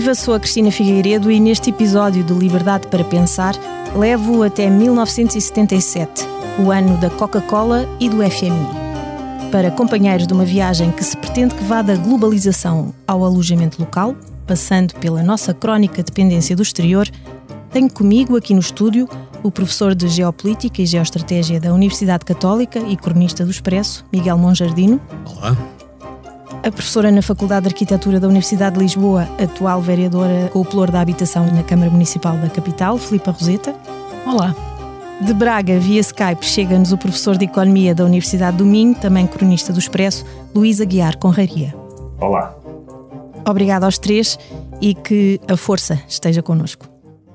Viva, sou a Cristina Figueiredo e neste episódio de Liberdade para Pensar levo-o até 1977, o ano da Coca-Cola e do FMI. Para companheiros de uma viagem que se pretende que vá da globalização ao alojamento local, passando pela nossa crónica dependência do exterior, tenho comigo aqui no estúdio o professor de Geopolítica e Geoestratégia da Universidade Católica e cronista do Expresso, Miguel Monjardim. Olá. A professora na Faculdade de Arquitetura da Universidade de Lisboa, atual vereadora com o pelour da habitação na Câmara Municipal da capital, Filipa Roseta. Olá. De Braga, via Skype, chega-nos o professor de Economia da Universidade do Minho, também cronista do Expresso, Luís Aguiar Conraria. Olá. Obrigada aos três e que a força esteja connosco.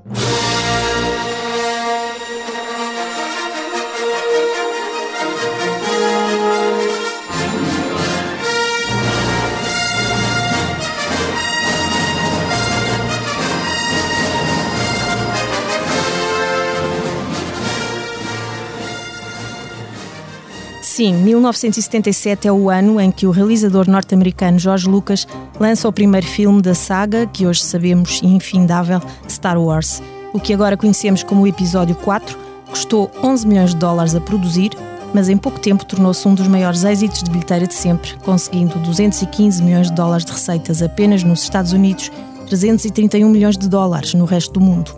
Sim, 1977 é o ano em que o realizador norte-americano George Lucas lança o primeiro filme da saga, que hoje sabemos infindável, Star Wars. O que agora conhecemos como o episódio 4, custou 11 milhões de dólares a produzir, mas em pouco tempo tornou-se um dos maiores êxitos de bilheteira de sempre, conseguindo 215 milhões de dólares de receitas apenas nos Estados Unidos, 331 milhões de dólares no resto do mundo.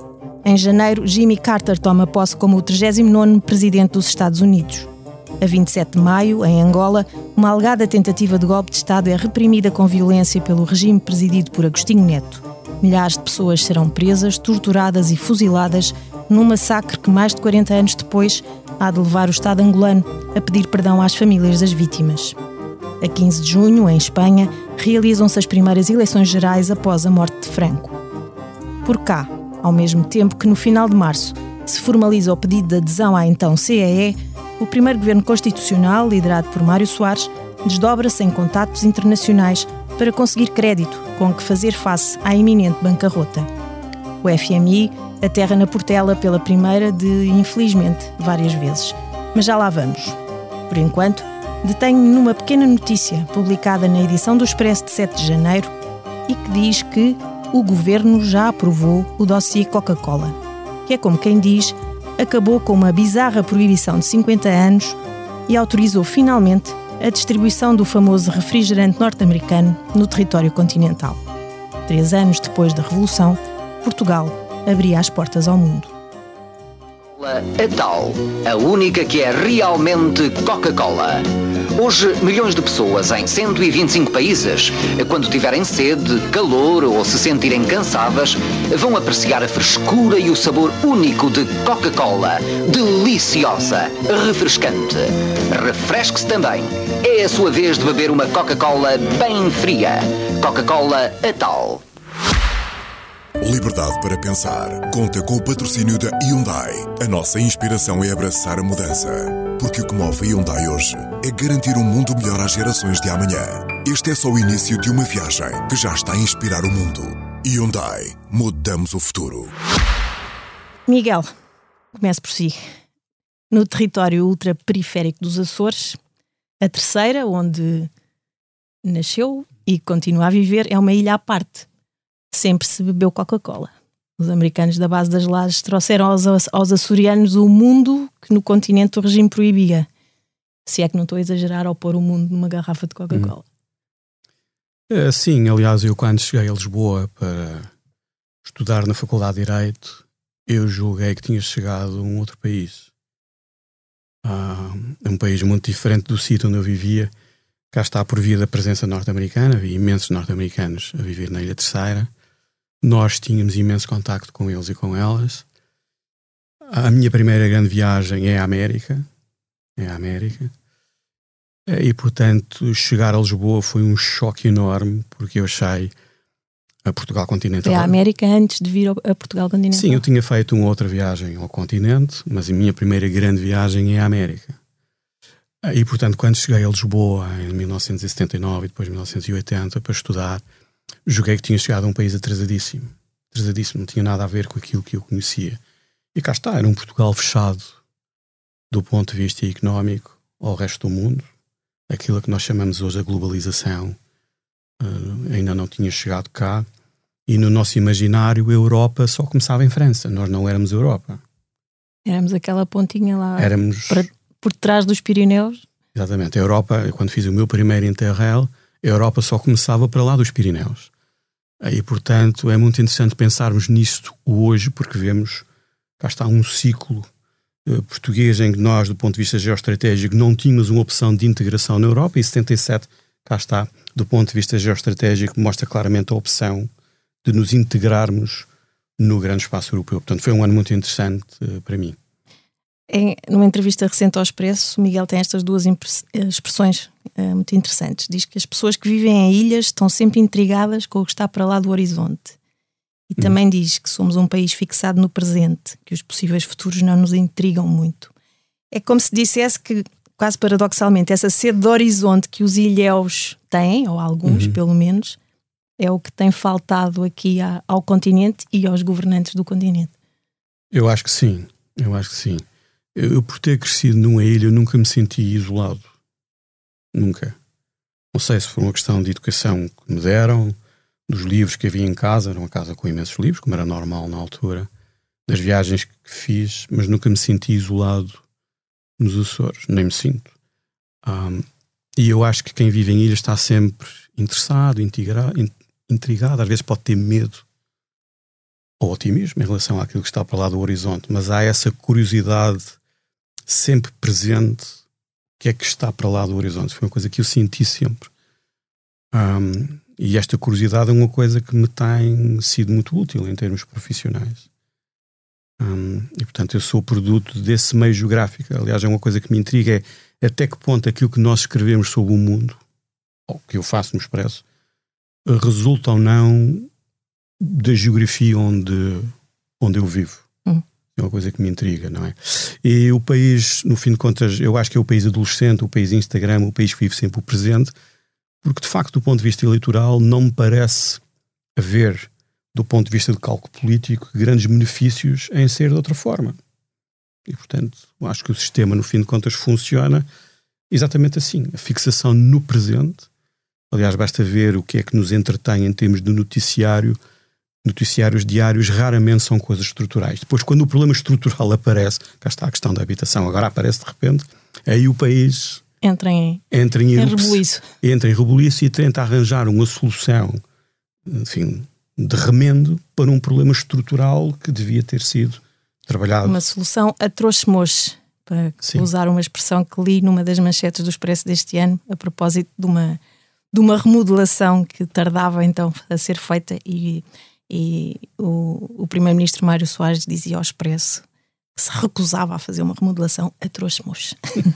Em janeiro, Jimmy Carter toma posse como o 39º presidente dos Estados Unidos. A 27 de maio, em Angola, uma alegada tentativa de golpe de Estado é reprimida com violência pelo regime presidido por Agostinho Neto. Milhares de pessoas serão presas, torturadas e fuziladas num massacre que mais de 40 anos depois há de levar o Estado angolano a pedir perdão às famílias das vítimas. A 15 de junho, em Espanha, realizam-se as primeiras eleições gerais após a morte de Franco. Por cá, ao mesmo tempo que no final de março se formaliza o pedido de adesão à então CEE, o primeiro governo constitucional, liderado por Mário Soares, desdobra-se em contactos internacionais para conseguir crédito com que fazer face à iminente bancarrota. O FMI aterra na Portela pela primeira de, infelizmente, várias vezes. Mas já lá vamos. Por enquanto, detenho-me numa pequena notícia publicada na edição do Expresso de 7 de janeiro e que diz que o governo já aprovou o dossiê Coca-Cola, que é como quem diz, acabou com uma bizarra proibição de 50 anos e autorizou finalmente a distribuição do famoso refrigerante norte-americano no território continental. 3 anos depois da Revolução, Portugal abria as portas ao mundo. A tal, a única que é realmente Coca-Cola. Hoje, milhões de pessoas em 125 países, quando tiverem sede, calor ou se sentirem cansadas, vão apreciar a frescura e o sabor único de Coca-Cola. Deliciosa, refrescante. Refresque-se também. É a sua vez de beber uma Coca-Cola bem fria. Coca-Cola a tal. Liberdade para Pensar conta com o patrocínio da Hyundai. A nossa inspiração é abraçar a mudança. Porque o que move a Hyundai hoje é garantir um mundo melhor às gerações de amanhã. Este é só o início de uma viagem que já está a inspirar o mundo. Hyundai. Mudamos o futuro. Miguel, comece por si. No território ultraperiférico dos Açores, a terceira, onde nasceu e continua a viver, é uma ilha à parte. Sempre se bebeu Coca-Cola. Os americanos da base das lajes trouxeram aos açorianos o mundo que no continente o regime proibia. Se é que não estou a exagerar ao pôr o mundo numa garrafa de Coca-Cola. Sim, aliás, eu quando cheguei a Lisboa para estudar na Faculdade de Direito, eu julguei que tinha chegado a um outro país. Um país muito diferente do sítio onde eu vivia. Cá está por via da presença norte-americana, havia imensos norte-americanos a viver na Ilha Terceira. Nós tínhamos imenso contacto com eles e com elas. A minha primeira grande viagem é à América. E, portanto, chegar a Lisboa foi um choque enorme, porque eu achei a Portugal continental... É a América antes de vir a Portugal continental? Sim, eu tinha feito uma outra viagem ao continente, mas a minha primeira grande viagem é à América. E, portanto, quando cheguei a Lisboa, em 1979 e depois em 1980, para estudar, julguei que tinha chegado a um país atrasadíssimo, não tinha nada a ver com aquilo que eu conhecia. E cá está, era um Portugal fechado do ponto de vista económico ao resto do mundo. Aquilo que nós chamamos hoje a globalização ainda não tinha chegado cá E no nosso imaginário, a Europa só começava em França. Nós não éramos Europa. Éramos aquela pontinha lá Éramos... por trás dos Pirineus. Exatamente. A Europa, quando fiz o meu primeiro Interrail, a Europa só começava para lá dos Pirineus. E, portanto, é muito interessante pensarmos nisto hoje, porque vemos, cá está um ciclo português em que nós, do ponto de vista geoestratégico, não tínhamos uma opção de integração na Europa, e 77, cá está, do ponto de vista geoestratégico, mostra claramente a opção de nos integrarmos no grande espaço europeu. Portanto, foi um ano muito interessante para mim. Numa entrevista recente ao Expresso, Miguel tem estas duas expressões muito interessantes. Diz que as pessoas que vivem em ilhas estão sempre intrigadas com o que está para lá do horizonte. E também diz que somos um país fixado no presente, que os possíveis futuros não nos intrigam muito. É como se dissesse que, quase paradoxalmente, essa sede de horizonte que os ilhéus têm, ou alguns pelo menos, é o que tem faltado aqui ao continente e aos governantes do continente. Eu acho que sim. Eu, por ter crescido numa ilha, eu nunca me senti isolado. Nunca. Não sei se foi uma questão de educação que me deram, dos livros que havia em casa, era uma casa com imensos livros, como era normal na altura, das viagens que fiz, mas nunca me senti isolado nos Açores, nem me sinto. E eu acho que quem vive em ilhas está sempre interessado, intrigado, às vezes pode ter medo ou otimismo em relação àquilo que está para lá do horizonte, mas há essa curiosidade sempre presente. O que é que está para lá do horizonte? Foi uma coisa que eu senti sempre. E esta curiosidade é uma coisa que me tem sido muito útil em termos profissionais. E, portanto, eu sou produto desse meio geográfico. Aliás, é uma coisa que me intriga, é até que ponto aquilo que nós escrevemos sobre o mundo, ou que eu faço no Expresso, resulta ou não da geografia onde eu vivo. É uma coisa que me intriga, não é? E o país, no fim de contas, eu acho que é o país adolescente, o país Instagram, o país que vive sempre o presente, porque de facto, do ponto de vista eleitoral, não me parece haver, do ponto de vista de cálculo político, grandes benefícios em ser de outra forma. E, portanto, acho que o sistema, no fim de contas, funciona exatamente assim. A fixação no presente. Aliás, basta ver o que é que nos entretém em termos de noticiário. Noticiários diários raramente são coisas estruturais. Depois, quando o problema estrutural aparece, cá está a questão da habitação, agora aparece de repente, aí o país entra em rebuliço e tenta arranjar uma solução, enfim, de remendo para um problema estrutural que devia ter sido trabalhado. Uma solução a trouxe-moche, para usar uma expressão que li numa das manchetes do Expresso deste ano, a propósito de uma remodelação que tardava então a ser feita, e o primeiro-ministro Mário Soares dizia ao Expresso que se recusava a fazer uma remodelação a trouxe-moche.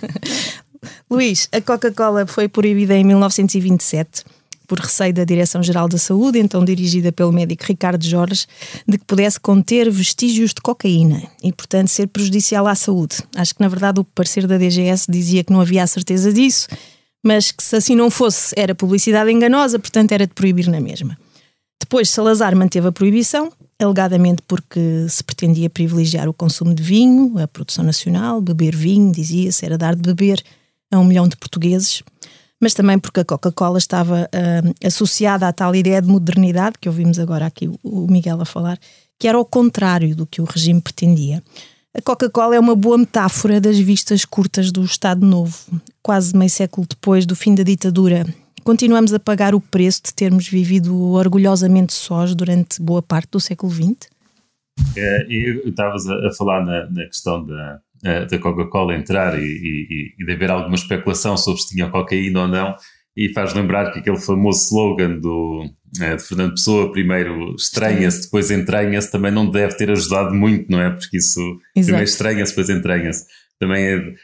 Luís, a Coca-Cola foi proibida em 1927 por receio da Direção-Geral da Saúde, então dirigida pelo médico Ricardo Jorge, de que pudesse conter vestígios de cocaína e, portanto, ser prejudicial à saúde. Acho que, na verdade, o parecer da DGS dizia que não havia a certeza disso, mas que, se assim não fosse, era publicidade enganosa, portanto, era de proibir na mesma. Depois, Salazar manteve a proibição, alegadamente porque se pretendia privilegiar o consumo de vinho, a produção nacional, beber vinho, dizia-se, era dar de beber a 1 milhão de portugueses, mas também porque a Coca-Cola estava associada à tal ideia de modernidade, que ouvimos agora aqui o Miguel a falar, que era ao contrário do que o regime pretendia. A Coca-Cola é uma boa metáfora das vistas curtas do Estado Novo. Quase meio século depois do fim da ditadura, continuamos a pagar o preço de termos vivido orgulhosamente sós durante boa parte do século XX? Estavas a falar na questão da Coca-Cola entrar e de haver alguma especulação sobre se tinha cocaína ou não, e faz lembrar que aquele famoso slogan de Fernando Pessoa, primeiro estranha-se, depois entranha-se, também não deve ter ajudado muito, não é? Porque isso, primeiro estranha-se, depois entranha-se. Também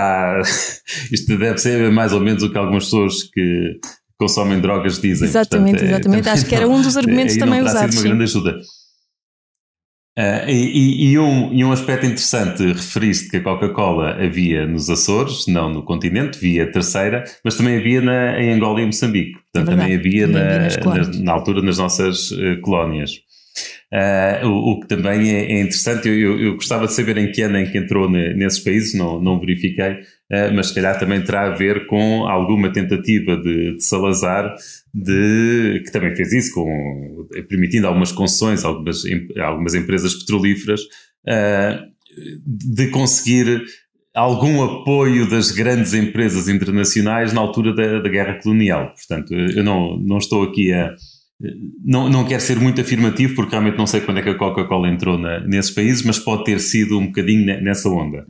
isto deve ser mais ou menos o que algumas pessoas que consomem drogas dizem. Exatamente, portanto, exatamente. Acho que era um dos argumentos também usados. Não terá sido uma grande ajuda. E um aspecto interessante, referiste que a Coca-Cola havia nos Açores, não no continente, via terceira, mas também havia em Angola e Moçambique. Portanto, também havia na altura nas nossas colónias. O que também é interessante, eu gostava de saber em que ano em que entrou nesses países, não verifiquei, mas se calhar também terá a ver com alguma tentativa de Salazar, que também fez isso, permitindo algumas concessões a algumas empresas petrolíferas, de conseguir algum apoio das grandes empresas internacionais na altura da guerra colonial. Portanto, eu não estou aqui não quero ser muito afirmativo, porque realmente não sei quando é que a Coca-Cola entrou nesses países, mas pode ter sido um bocadinho nessa onda.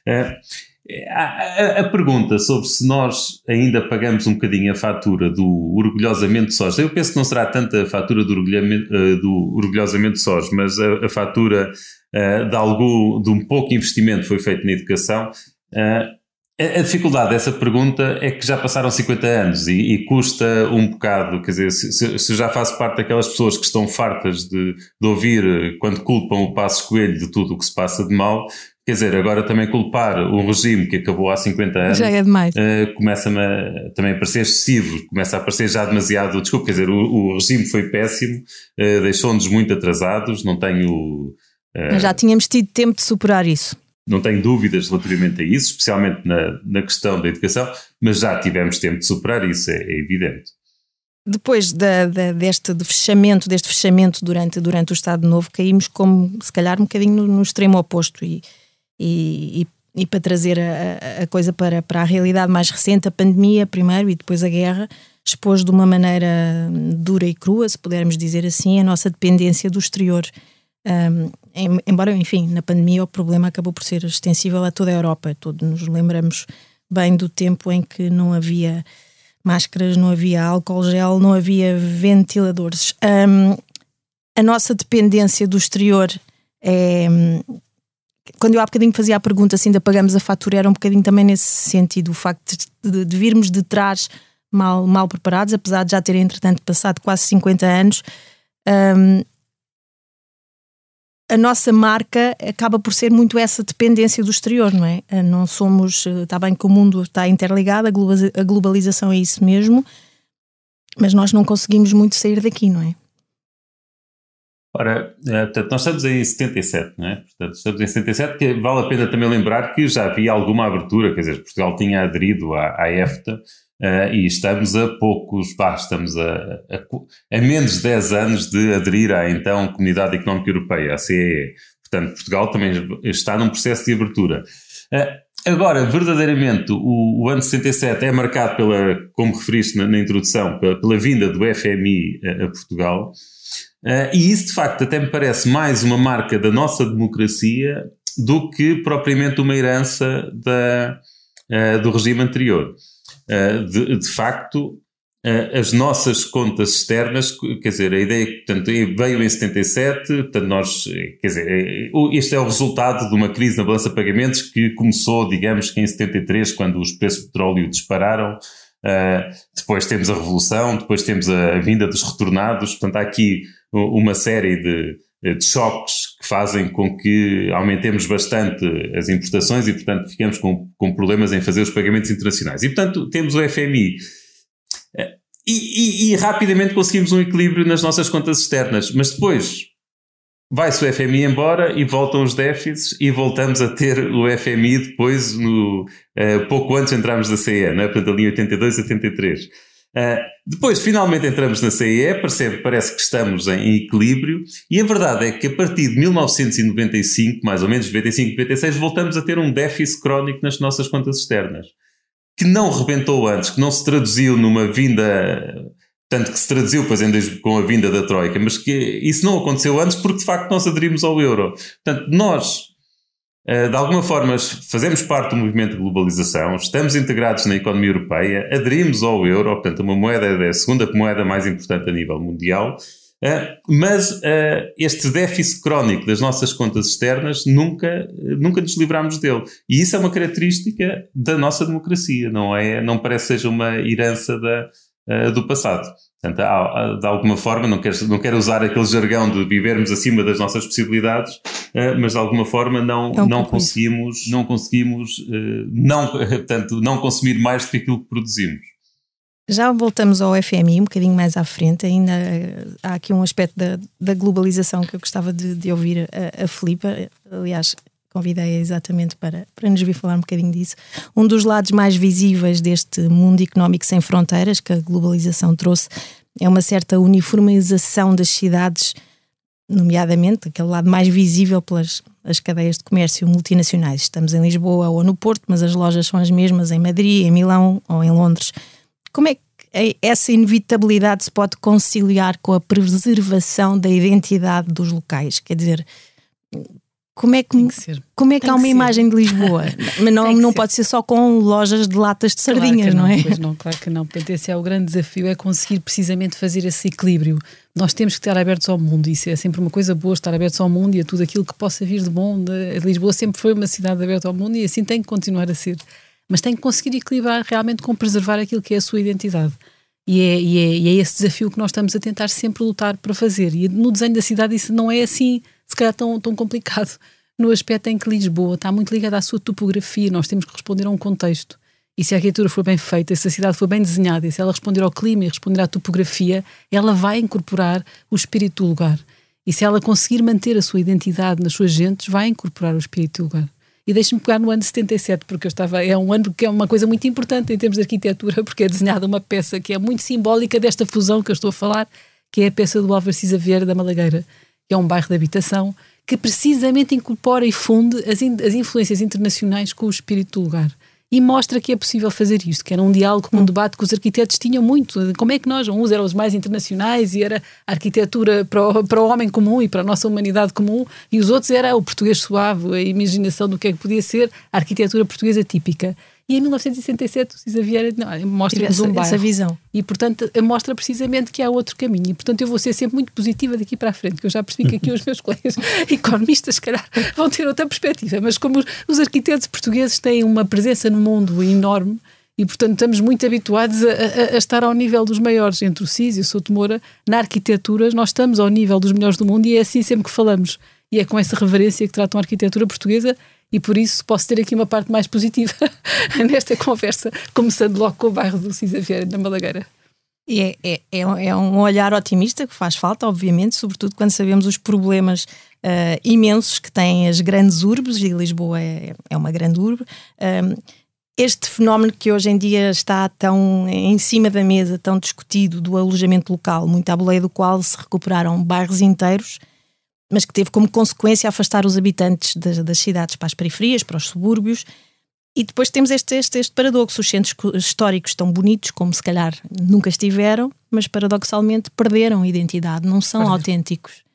A pergunta sobre se nós ainda pagamos um bocadinho a fatura do orgulhosamente sós, eu penso que não será tanto a fatura do orgulhosamente sós, mas a fatura de um pouco investimento foi feito na educação. A dificuldade dessa pergunta é que já passaram 50 anos e custa um bocado, quer dizer, se eu já faço parte daquelas pessoas que estão fartas de ouvir quando culpam o Passos Coelho de tudo o que se passa de mal, quer dizer, agora também culpar um regime que acabou há 50 anos já é demais. Começa-me também a parecer excessivo, começa a parecer já demasiado, desculpa, quer dizer, o regime foi péssimo, deixou-nos muito atrasados, não tenho... Mas já tínhamos tido tempo de superar isso. Não tenho dúvidas relativamente a isso, especialmente na questão da educação, mas já tivemos tempo de superar isso, é evidente. Depois deste fechamento durante o Estado Novo, caímos como, se calhar, um bocadinho no extremo oposto e para trazer a coisa para a realidade mais recente, a pandemia primeiro e depois a guerra, expôs de uma maneira dura e crua, se pudermos dizer assim, a nossa dependência do exterior. Embora, enfim, na pandemia o problema acabou por ser extensível a toda a Europa. Todos nos lembramos bem do tempo em que não havia máscaras, não havia álcool gel, não havia ventiladores. A nossa dependência do exterior é... Quando eu há bocadinho fazia a pergunta se ainda pagamos a fatura, era um bocadinho também nesse sentido, o facto de virmos de trás mal preparados, apesar de já terem entretanto passado quase 50 anos. A nossa marca acaba por ser muito essa dependência do exterior, não é? Não somos... Está bem que o mundo está interligado, a globalização é isso mesmo, mas nós não conseguimos muito sair daqui, não é? Ora, portanto, nós estamos em 77, não é? Portanto, estamos em 77, que vale a pena também lembrar que já havia alguma abertura, quer dizer, Portugal tinha aderido à EFTA, e estamos a poucos, estamos a menos de 10 anos de aderir à então Comunidade Económica Europeia, a CEE. Portanto, Portugal também está num processo de abertura. Agora, verdadeiramente, o ano 67 é marcado como referiste na introdução, pela vinda do FMI a Portugal, e isso de facto até me parece mais uma marca da nossa democracia do que propriamente uma herança do regime anterior. De facto, as nossas contas externas, quer dizer, a ideia que, portanto, veio em 77, portanto, quer dizer, este é o resultado de uma crise na balança de pagamentos que começou, digamos que em 73, quando os preços do petróleo dispararam. Depois temos a Revolução, depois temos a vinda dos retornados, portanto, há aqui uma série de choques que fazem com que aumentemos bastante as importações e, portanto, ficamos com problemas em fazer os pagamentos internacionais. E, portanto, temos o FMI e rapidamente conseguimos um equilíbrio nas nossas contas externas, mas depois vai-se o FMI embora e voltam os déficits e voltamos a ter o FMI depois, pouco antes de entrarmos na CE, não é? Portanto, ali em 82, 83. Depois finalmente entramos na CEE, parece que estamos em equilíbrio, e a verdade é que a partir de 1995, mais ou menos 95, 96, voltamos a ter um déficit crónico nas nossas contas externas, que não rebentou antes, que não se traduziu numa vinda, tanto que se traduziu depois com a vinda da Troika, mas que isso não aconteceu antes porque de facto nós aderimos ao euro. Portanto, nós de alguma forma fazemos parte do movimento de globalização, estamos integrados na economia europeia, aderimos ao euro, portanto uma moeda é a segunda moeda mais importante a nível mundial, mas este déficit crónico das nossas contas externas nunca nos livramos dele. E isso é uma característica da nossa democracia, não parece que seja uma herança do passado. Portanto, de alguma forma, não quero usar aquele jargão de vivermos acima das nossas possibilidades, mas de alguma forma não conseguimos não consumir mais do que aquilo que produzimos. Já voltamos ao FMI um bocadinho mais à frente, ainda há aqui um aspecto da globalização que eu gostava de ouvir a Filipa, aliás, convidei exatamente para nos vir falar um bocadinho disso. Um dos lados mais visíveis deste mundo económico sem fronteiras que a globalização trouxe é uma certa uniformização das cidades, nomeadamente aquele lado mais visível pelas as cadeias de comércio multinacionais. Estamos em Lisboa ou no Porto, mas as lojas são as mesmas em Madrid, em Milão ou em Londres. Como é que essa inevitabilidade se pode conciliar com a preservação da identidade dos locais? Quer dizer, como é que há uma imagem de Lisboa? Mas não pode ser só com lojas de latas de sardinhas, não é? Pois não, claro que não. Portanto, esse é o grande desafio, é conseguir precisamente fazer esse equilíbrio. Nós temos que estar abertos ao mundo, isso é sempre uma coisa boa, estar abertos ao mundo e a tudo aquilo que possa vir de bom. Lisboa sempre foi uma cidade aberta ao mundo e assim tem que continuar a ser. Mas tem que conseguir equilibrar realmente com preservar aquilo que é a sua identidade. E é esse desafio que nós estamos a tentar sempre lutar para fazer. E no desenho da cidade isso não é assim, se calhar tão complicado, no aspecto em que Lisboa está muito ligada à sua topografia. Nós temos que responder a um contexto. E se a arquitetura for bem feita, se a cidade for bem desenhada, e se ela responder ao clima e responder à topografia, ela vai incorporar o espírito do lugar. E se ela conseguir manter a sua identidade nas suas gentes, vai incorporar o espírito do lugar. E deixe-me pegar no ano de 77, porque é um ano que é uma coisa muito importante em termos de arquitetura, porque é desenhada uma peça que é muito simbólica desta fusão que eu estou a falar, que é a peça do Álvaro Cisa Vieira da Malagueira, que é um bairro de habitação, que precisamente incorpora e funde as influências internacionais com o espírito do lugar. E mostra que é possível fazer isto, que era um diálogo, um debate que os arquitetos tinham muito. Como é que nós, uns eram os mais internacionais e era a arquitetura para o homem comum e para a nossa humanidade comum, e os outros era o português suave, a imaginação do que é que podia ser a arquitetura portuguesa típica. E em 1967 o Cisa Vieira mostra-nos um bairro. Essa visão. E, portanto, mostra precisamente que há outro caminho. E, portanto, eu vou ser sempre muito positiva daqui para a frente, que eu já percebi que aqui os meus colegas economistas, se calhar, vão ter outra perspectiva. Mas como os arquitetos portugueses têm uma presença no mundo enorme e, portanto, estamos muito habituados a estar ao nível dos maiores. Entre o CIS e o Souto Moura, na arquitetura, nós estamos ao nível dos melhores do mundo e é assim sempre que falamos. E é com essa reverência que tratam a arquitetura portuguesa. E por isso posso ter aqui uma parte mais positiva nesta conversa, começando logo com o bairro do Cisa Vieira, na Malagueira. É um olhar otimista que faz falta, obviamente, sobretudo quando sabemos os problemas imensos que têm as grandes urbes, e Lisboa é uma grande urbe. Este fenómeno que hoje em dia está tão em cima da mesa, tão discutido, do alojamento local, muito à boleia do qual se recuperaram bairros inteiros, mas que teve como consequência afastar os habitantes das cidades para as periferias, para os subúrbios. E depois temos este paradoxo. Os centros históricos estão bonitos, como se calhar nunca estiveram, mas paradoxalmente perderam identidade, não são autênticos.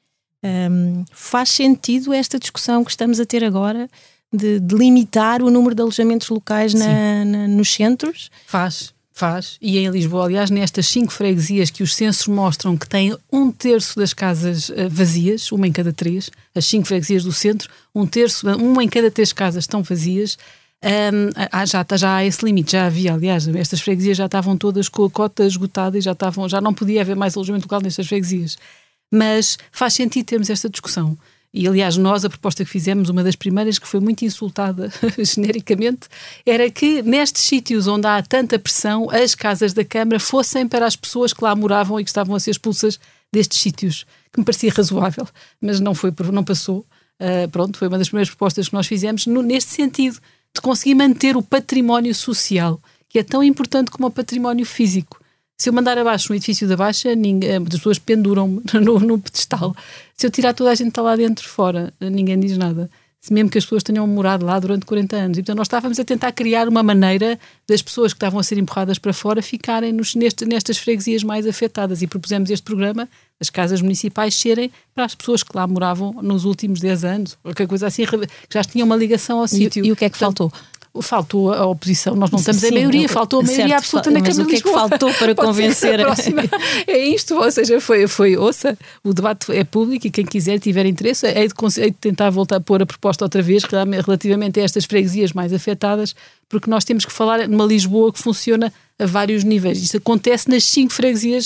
Faz sentido esta discussão que estamos a ter agora de limitar o número de alojamentos locais nos centros? Faz, e em Lisboa, aliás, nestas 5 freguesias que os censos mostram que têm 1/3 das casas vazias, uma em cada 3, as 5 freguesias do centro, 1/3, uma em cada 3 casas estão vazias, já há esse limite, já havia, aliás, estas freguesias já estavam todas com a cota esgotada e já não podia haver mais alojamento local nestas freguesias. Mas faz sentido termos esta discussão. E, aliás, nós, a proposta que fizemos, uma das primeiras que foi muito insultada genericamente, era que nestes sítios onde há tanta pressão, as casas da Câmara fossem para as pessoas que lá moravam e que estavam a ser expulsas destes sítios, que me parecia razoável, mas não passou. Foi uma das primeiras propostas que nós fizemos neste sentido, de conseguir manter o património social, que é tão importante como o património físico. Se eu mandar abaixo um edifício da Baixa, as pessoas penduram-me no pedestal. Se eu tirar toda a gente que está lá dentro fora, ninguém diz nada. Mesmo que as pessoas tenham morado lá durante 40 anos. E, portanto, nós estávamos a tentar criar uma maneira das pessoas que estavam a ser empurradas para fora ficarem nestas freguesias mais afetadas. E propusemos este programa, as casas municipais serem para as pessoas que lá moravam nos últimos 10 anos. Ou qualquer coisa assim, que já tinham uma ligação ao sítio. E o que é que faltou? Faltou a oposição, nós não estamos em maioria, faltou a maioria absoluta na Câmara de Lisboa. Mas o que é que faltou para convencer? É isto, ou seja, ouça, o debate é público e quem quiser, tiver interesse, é de tentar voltar a pôr a proposta outra vez relativamente a estas freguesias mais afetadas, porque nós temos que falar numa Lisboa que funciona a vários níveis. Isto acontece nas 5 freguesias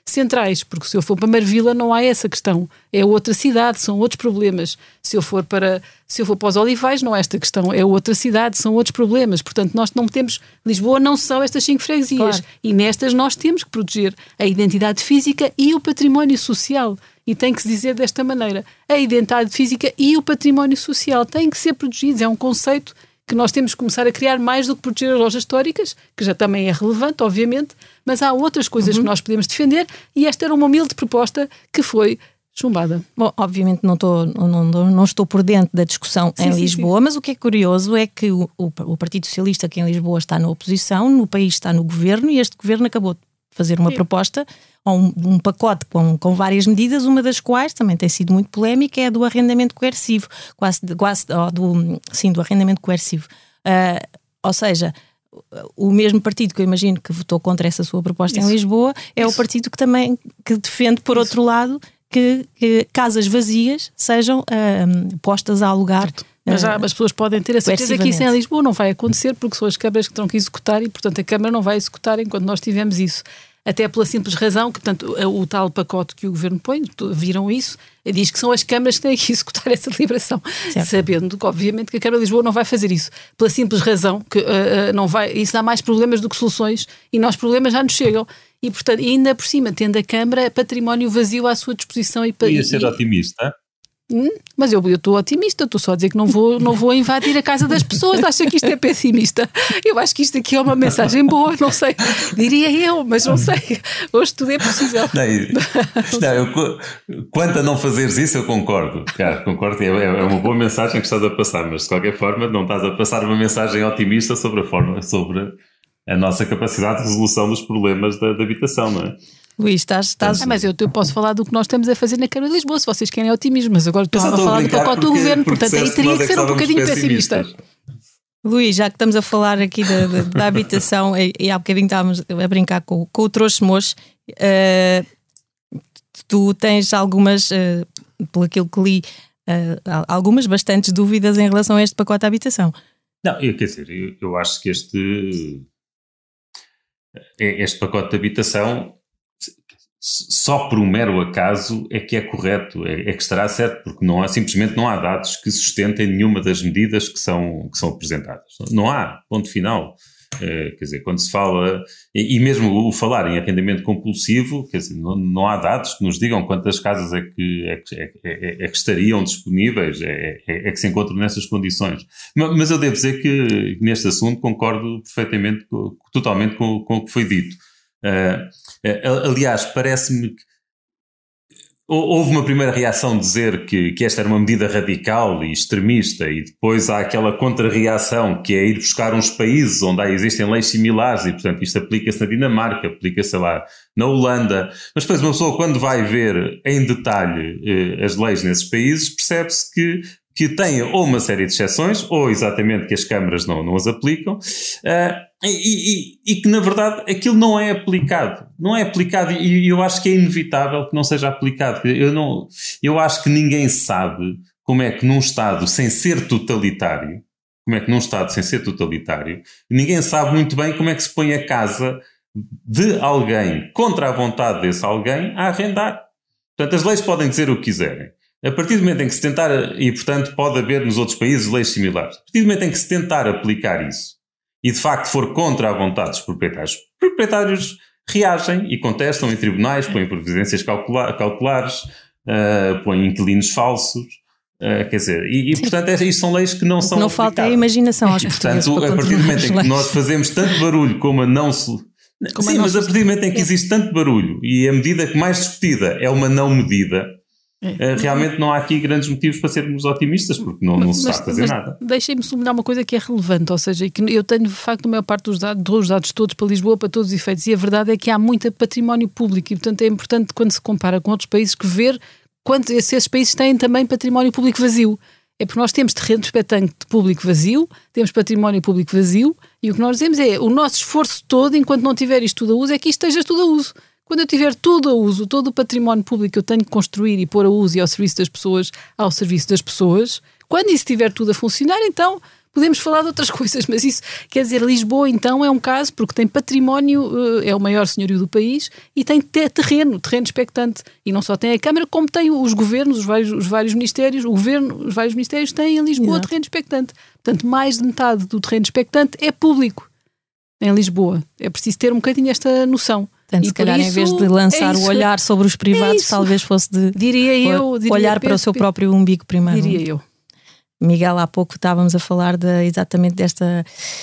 centrais, porque se eu for para Marvila não há essa questão, é outra cidade, são outros problemas. Se eu for para os Olivais não é esta questão, é outra cidade, são outros problemas. Portanto, nós não temos, Lisboa não são estas 5 freguesias, claro. E nestas nós temos que proteger a identidade física e o património social. E tem que se dizer desta maneira, a identidade física e o património social têm que ser protegidos, é um conceito que nós temos que começar a criar mais do que proteger as lojas históricas, que já também é relevante, obviamente, mas há outras coisas que nós podemos defender e esta era uma humilde proposta que foi chumbada. Bom, obviamente não estou por dentro da discussão em Lisboa, mas o que é curioso é que o Partido Socialista que em Lisboa está na oposição, no país está no governo e este governo acabou de fazer uma proposta, um pacote com várias medidas, uma das quais também tem sido muito polémica, é a do arrendamento coercivo, do arrendamento coercivo. Ou seja, o mesmo partido que eu imagino que votou contra essa sua proposta em Lisboa é o partido que defende, por outro lado, que casas vazias sejam postas a alugar. Mas já as pessoas podem ter a certeza que isso em Lisboa não vai acontecer porque são as câmaras que terão que executar e, portanto, a Câmara não vai executar enquanto nós tivermos isso. Até pela simples razão que, portanto, o tal pacote que o Governo põe, viram isso, diz que são as câmaras que têm que executar essa deliberação, sabendo que, obviamente, que a Câmara de Lisboa não vai fazer isso. Pela simples razão que não vai, isso dá mais problemas do que soluções e nós problemas já nos chegam. E, portanto, ainda por cima, tendo a Câmara património vazio à sua disposição. Ia ser otimista? Mas eu estou otimista, estou só a dizer que não vou invadir a casa das pessoas. Acha que isto é pessimista? Eu acho que isto aqui é uma mensagem boa, não sei, diria eu, mas não sei, hoje tudo é possível. Quanto a não fazeres isso eu concordo, concordo, é uma boa mensagem que estás a passar, mas de qualquer forma não estás a passar uma mensagem otimista sobre a nossa capacidade de resolução dos problemas da habitação, não é? Luís, estás... mas eu posso falar do que nós estamos a fazer na Câmara de Lisboa, se vocês querem otimismo, mas agora estou a falar do pacote do Governo, portanto aí teria que ser um bocadinho pessimista. Luís, já que estamos a falar aqui da habitação e há bocadinho estávamos a brincar com o trouxe-moche, tu tens algumas, pelo aquilo que li, algumas bastantes dúvidas em relação a este pacote de habitação. Não, quer dizer, eu acho que este pacote de habitação só por um mero acaso é que é correto, é que estará certo, porque simplesmente não há dados que sustentem nenhuma das medidas que são apresentadas. Não há, ponto final. Quer dizer, quando se fala, e mesmo o falar em arrendamento compulsivo, quer dizer, não há dados que nos digam quantas casas é que estariam disponíveis, é que se encontram nessas condições. Mas eu devo dizer que neste assunto concordo perfeitamente, totalmente com o que foi dito. Aliás, parece-me que houve uma primeira reação de dizer que esta era uma medida radical e extremista e depois há aquela contra-reação que é ir buscar uns países onde existem leis similares e, portanto, isto aplica-se na Dinamarca, aplica-se, sei lá, na Holanda, mas depois uma pessoa quando vai ver em detalhe as leis nesses países percebe-se que tem ou uma série de exceções ou exatamente que as câmaras não as aplicam e que na verdade aquilo não é aplicado e eu acho que é inevitável que não seja aplicado. Eu acho que ninguém sabe como é que num Estado sem ser totalitário, ninguém sabe muito bem como é que se põe a casa de alguém contra a vontade desse alguém a arrendar. Portanto, as leis podem dizer o que quiserem. A partir do momento em que se tentar, e portanto pode haver nos outros países leis similares, a partir do momento em que se tentar aplicar isso e de facto for contra a vontade dos proprietários reagem e contestam em tribunais, põem providências cautelares, põem inquilinos falsos, quer dizer, e portanto isto são leis que não são aplicadas. Não falta a imaginação aos portugueses. Portanto, a partir do momento em que nós fazemos tanto barulho como a não se... mas a partir do momento em que existe tanto barulho e a medida que mais discutida é uma não medida, realmente não há aqui grandes motivos para sermos otimistas, porque não se sabe fazer nada. Deixem-me sublinhar uma coisa que é relevante, ou seja, que eu tenho de facto a maior parte dos dados todos para Lisboa, para todos os efeitos, e a verdade é que há muito património público e portanto é importante quando se compara com outros países que ver quanto esses países têm também património público vazio. É porque nós temos terreno espetante público vazio, temos património público vazio e o que nós dizemos é o nosso esforço todo, enquanto não tiver isto tudo a uso, é que isto esteja tudo a uso. Quando eu tiver tudo a uso, todo o património público que eu tenho que construir e pôr a uso e ao serviço das pessoas, quando isso estiver tudo a funcionar, então podemos falar de outras coisas, mas isso, quer dizer, Lisboa então é um caso porque tem património, é o maior senhorio do país e tem terreno expectante. E não só tem a Câmara, como tem os governos, os vários ministérios, os vários ministérios têm em Lisboa terreno expectante. Portanto, mais de metade do terreno expectante é público em Lisboa. É preciso ter um bocadinho esta noção. Portanto, se calhar, em vez de lançar o olhar sobre os privados, talvez fosse de olhar para o seu próprio umbigo primeiro. Diria eu. Miguel, há pouco estávamos a falar exatamente desta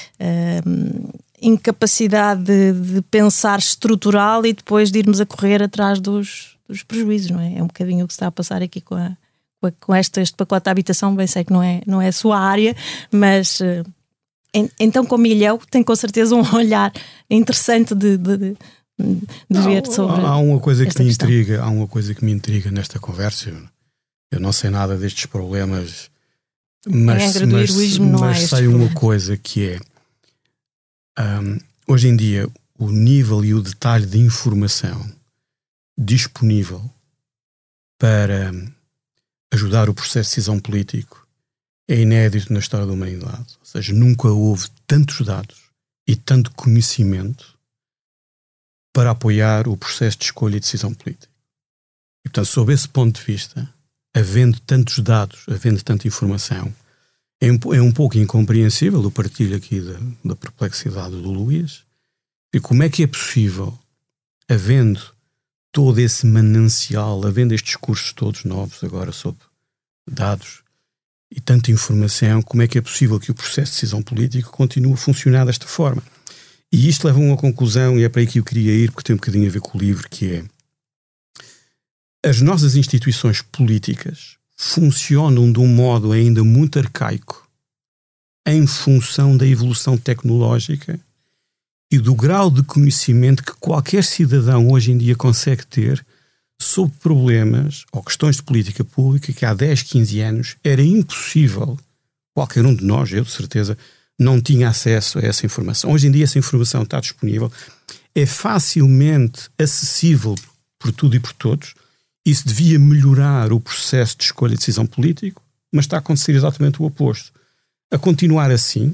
incapacidade de pensar estrutural e depois de irmos a correr atrás dos prejuízos, não é? É um bocadinho o que se está a passar aqui com este pacote de habitação. Bem, sei que não é a sua área, mas então, como Ilhéu, tem com certeza um olhar interessante de ver sobre há uma coisa que me questão. intriga, há uma coisa que me intriga nesta conversa. Eu não sei nada destes problemas, mas sei uma coisa que é hoje em dia o nível e o detalhe de informação disponível para ajudar o processo de decisão político é inédito na história da humanidade. Ou seja, nunca houve tantos dados e tanto conhecimento para apoiar o processo de escolha e decisão política. E, portanto, sob esse ponto de vista, havendo tantos dados, havendo tanta informação, é um pouco incompreensível, eu partilho aqui da perplexidade do Luís, e como é que é possível, havendo todo esse manancial, havendo estes cursos todos novos agora sobre dados e tanta informação, como é que é possível que o processo de decisão política continue a funcionar desta forma? E isto leva a uma conclusão, e é para aí que eu queria ir, porque tem um bocadinho a ver com o livro, que é: as nossas instituições políticas funcionam de um modo ainda muito arcaico em função da evolução tecnológica e do grau de conhecimento que qualquer cidadão hoje em dia consegue ter sobre problemas ou questões de política pública que há 10, 15 anos era impossível. Qualquer um de nós, eu de certeza, não tinha acesso a essa informação. Hoje em dia essa informação está disponível, é facilmente acessível por tudo e por todos. Isso devia melhorar o processo de escolha e decisão político, mas está a acontecer exatamente o oposto. A continuar assim,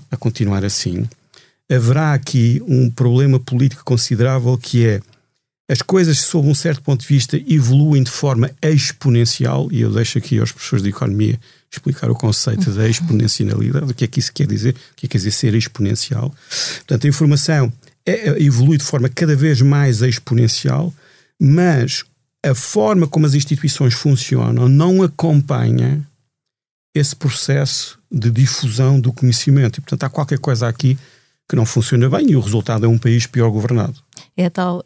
haverá aqui um problema político considerável, que é: as coisas, sob um certo ponto de vista, evoluem de forma exponencial, e eu deixo aqui aos professores de economia explicar o conceito da exponencialidade, o que é que isso quer dizer, o que quer dizer ser exponencial. Portanto, a informação evolui de forma cada vez mais exponencial, mas a forma como as instituições funcionam não acompanha esse processo de difusão do conhecimento. E, portanto, há qualquer coisa aqui que não funciona bem e o resultado é um país pior governado. É tal...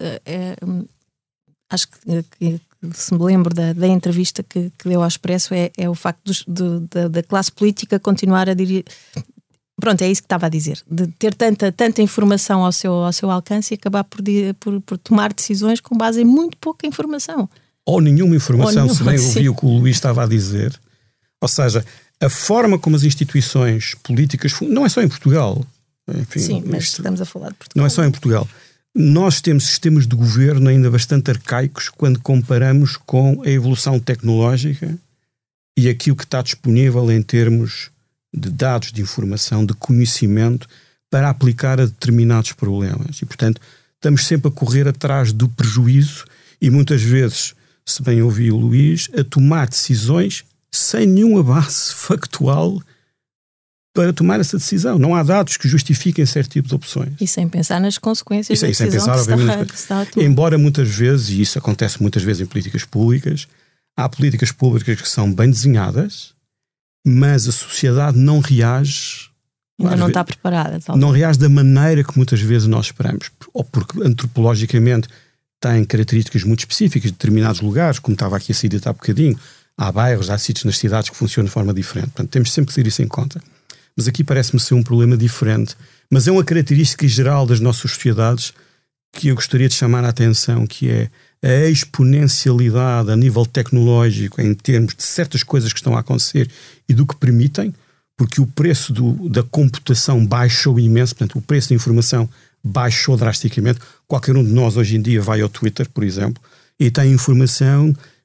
acho que se me lembro da entrevista que deu ao Expresso, é o facto da classe política continuar a dirigir... Pronto, é isso que estava a dizer. De ter tanta informação ao seu alcance e acabar por tomar decisões com base em muito pouca informação. Ou nenhuma informação, se bem ouvi o que o Luís estava a dizer. Ou seja, a forma como as instituições políticas... Não é só em Portugal. Enfim, sim, mas estamos a falar de Portugal. Não é só em Portugal. Nós temos sistemas de governo ainda bastante arcaicos quando comparamos com a evolução tecnológica e aquilo que está disponível em termos de dados, de informação, de conhecimento para aplicar a determinados problemas. E, portanto, estamos sempre a correr atrás do prejuízo e muitas vezes, se bem ouvi o Luís, a tomar decisões sem nenhuma base factual para tomar essa decisão. Não há dados que justifiquem certo tipo de opções. E sem pensar nas consequências da decisão, pensar, obviamente, que está embora muitas vezes, e isso acontece muitas vezes em políticas públicas, há políticas públicas que são bem desenhadas, mas a sociedade não reage... Ainda não está preparada. Talvez. Não reage da maneira que muitas vezes nós esperamos. Ou porque antropologicamente tem características muito específicas de determinados lugares, como estava aqui a ser dito há bocadinho. Há bairros, há sítios nas cidades que funcionam de forma diferente. Portanto, temos sempre que ter isso em conta. Mas aqui parece-me ser um problema diferente. Mas é uma característica geral das nossas sociedades que eu gostaria de chamar a atenção, que é a exponencialidade a nível tecnológico em termos de certas coisas que estão a acontecer e do que permitem, porque o preço da computação baixou imenso, portanto, o preço da informação baixou drasticamente. Qualquer um de nós hoje em dia vai ao Twitter, por exemplo, e tem informação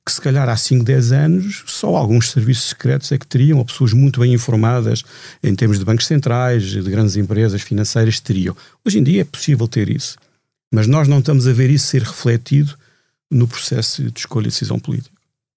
que se calhar há 5, 10 anos só alguns serviços secretos é que teriam, ou pessoas muito bem informadas em termos de bancos centrais, de grandes empresas financeiras teriam. Hoje em dia é possível ter isso, mas nós não estamos a ver isso ser refletido no processo de escolha e decisão política.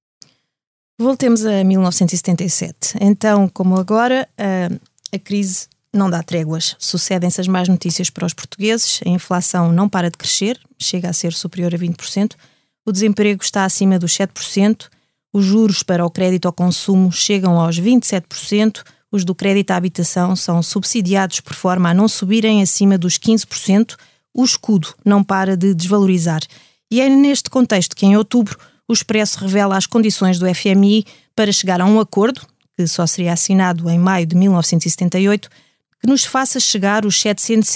Voltemos a 1977. Então, como agora, a crise não dá tréguas. Sucedem-se as más notícias para os portugueses, a inflação não para de crescer, chega a ser superior a 20%, o desemprego está acima dos 7%, os juros para o crédito ao consumo chegam aos 27%, os do crédito à habitação são subsidiados por forma a não subirem acima dos 15%, o escudo não para de desvalorizar. E é neste contexto que, em outubro, o Expresso revela as condições do FMI para chegar a um acordo, que só seria assinado em maio de 1978, que nos faça chegar os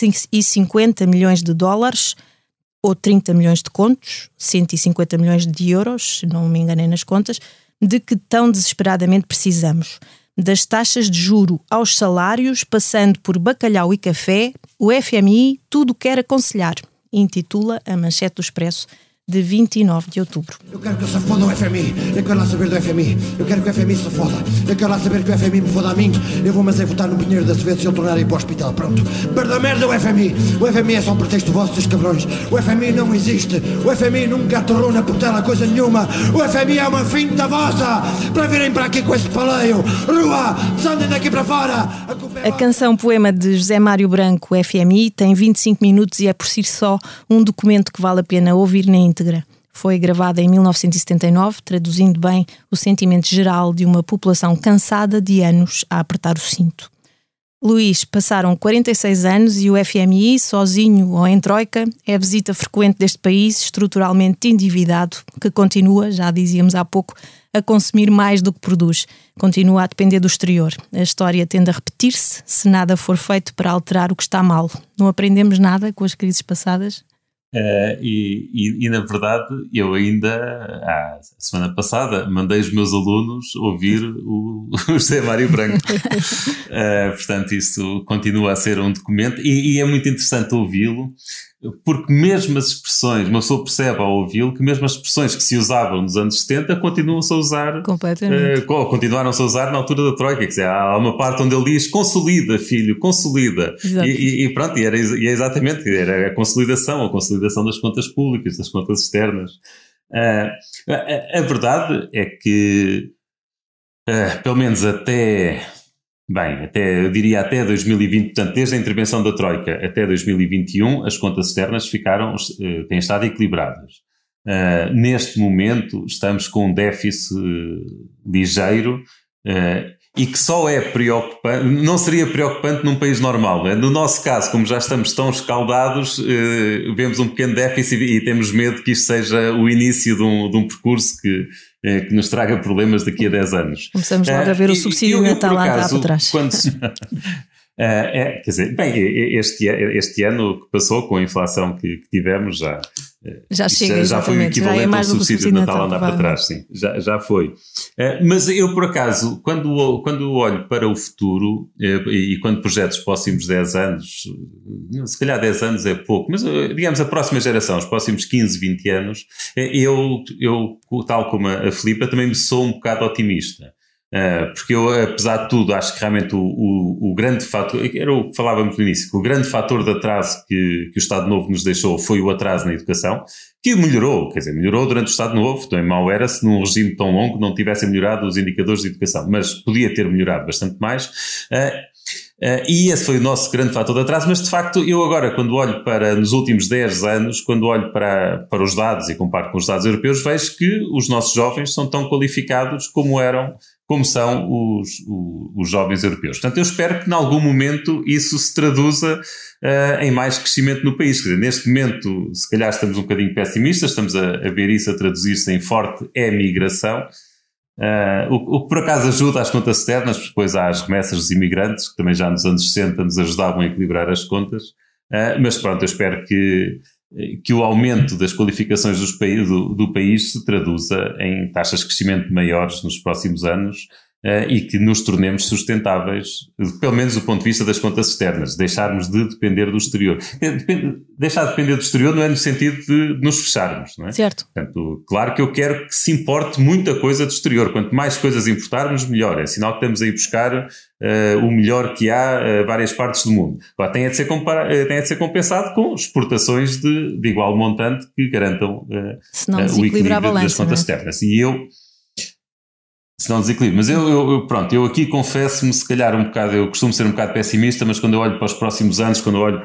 750 milhões de dólares, ou 30 milhões de contos, 150 milhões de euros, se não me enganei nas contas, de que tão desesperadamente precisamos. Das taxas de juro aos salários, passando por bacalhau e café, o FMI tudo quer aconselhar, intitula a manchete do Expresso de 29 de outubro. Eu quero que se foda o FMI, eu quero lá saber do FMI, eu quero que o FMI se foda, eu quero lá saber que o FMI me foda a mim, eu vou mas é votar no Pinheiro da Azevedo se eu tornar a ir para o hospital, pronto. Merda, merda o FMI é só um pretexto vosso, seus cabrões, o FMI não existe, o FMI nunca aterrou na portela coisa nenhuma, o FMI é uma finta vossa, para virem para aqui com esse paleio, rua, andem daqui para fora. A canção poema de José Mário Branco, FMI, tem 25 minutos e é por si só um documento que vale a pena ouvir na íntegra. Foi gravada em 1979, traduzindo bem o sentimento geral de uma população cansada de anos a apertar o cinto. Luís, passaram 46 anos e o FMI, sozinho ou em troika, é a visita frequente deste país estruturalmente endividado, que continua, já dizíamos há pouco, a consumir mais do que produz. Continua a depender do exterior. A história tende a repetir-se se nada for feito para alterar o que está mal. Não aprendemos nada com as crises passadas? E na verdade eu ainda a semana passada mandei os meus alunos ouvir o José Mário Branco. Portanto isso continua a ser um documento e é muito interessante ouvi-lo, porque mesmo as expressões, uma pessoa percebe ao ouvi-lo que mesmo as expressões que se usavam nos anos 70 continuam-se a usar, continuaram-se a usar na altura da Troika. Quer dizer, há uma parte onde ele diz consolida, filho, consolida. E pronto, e é exatamente, era a consolidação das contas públicas, das contas externas. A verdade é que pelo menos até eu diria até 2020, portanto, desde a intervenção da Troika até 2021, as contas externas têm estado equilibradas. Neste momento, estamos com um déficit ligeiro e que só é preocupante, não seria preocupante num país normal. Não é? No nosso caso, como já estamos tão escaldados, vemos um pequeno déficit e temos medo que isto seja o início de um percurso que nos traga problemas daqui a 10 anos. Começamos logo a ver o subsídio natal a andar para trás. Quer dizer, este ano que passou, com a inflação que tivemos, já foi o equivalente ao subsídio de Natal a andar para trás, sim, já foi. Mas eu, por acaso, quando olho para o futuro e quando projeto os próximos 10 anos, se calhar 10 anos é pouco, mas digamos a próxima geração, os próximos 15, 20 anos, eu tal como a Filipa, também me sou um bocado otimista. Porque eu, apesar de tudo, acho que realmente o grande fator, era o que falávamos no início, o grande fator de atraso que o Estado Novo nos deixou foi o atraso na educação, que melhorou durante o Estado Novo. Também mal era se num regime tão longo não tivessem melhorado os indicadores de educação, mas podia ter melhorado bastante mais. E esse foi o nosso grande fator de atraso, mas de facto eu agora, quando olho para nos últimos 10 anos, quando olho para os dados e comparo com os dados europeus, vejo que os nossos jovens são tão qualificados como são os jovens europeus. Portanto, eu espero que em algum momento isso se traduza em mais crescimento no país. Quer dizer, neste momento, se calhar estamos um bocadinho pessimistas, estamos a ver isso a traduzir-se em forte emigração, o que por acaso ajuda às contas externas, porque depois há as remessas dos imigrantes, que também já nos anos 60 nos ajudavam a equilibrar as contas, mas pronto, eu espero que o aumento das qualificações do país se traduza em taxas de crescimento maiores nos próximos anos, e que nos tornemos sustentáveis, pelo menos do ponto de vista das contas externas, deixarmos de depender do exterior. Deixar de depender do exterior não é no sentido de nos fecharmos, não é? Certo. Portanto, claro que eu quero que se importe muita coisa do exterior. Quanto mais coisas importarmos, melhor. É sinal que estamos a ir buscar o melhor que há a várias partes do mundo. Agora, tem de ser compensado com exportações de igual montante que garantam o equilíbrio das contas externas. E se não desequilíbrio. Mas eu aqui confesso-me, se calhar um bocado, eu costumo ser um bocado pessimista, mas quando eu olho para os próximos anos, quando eu olho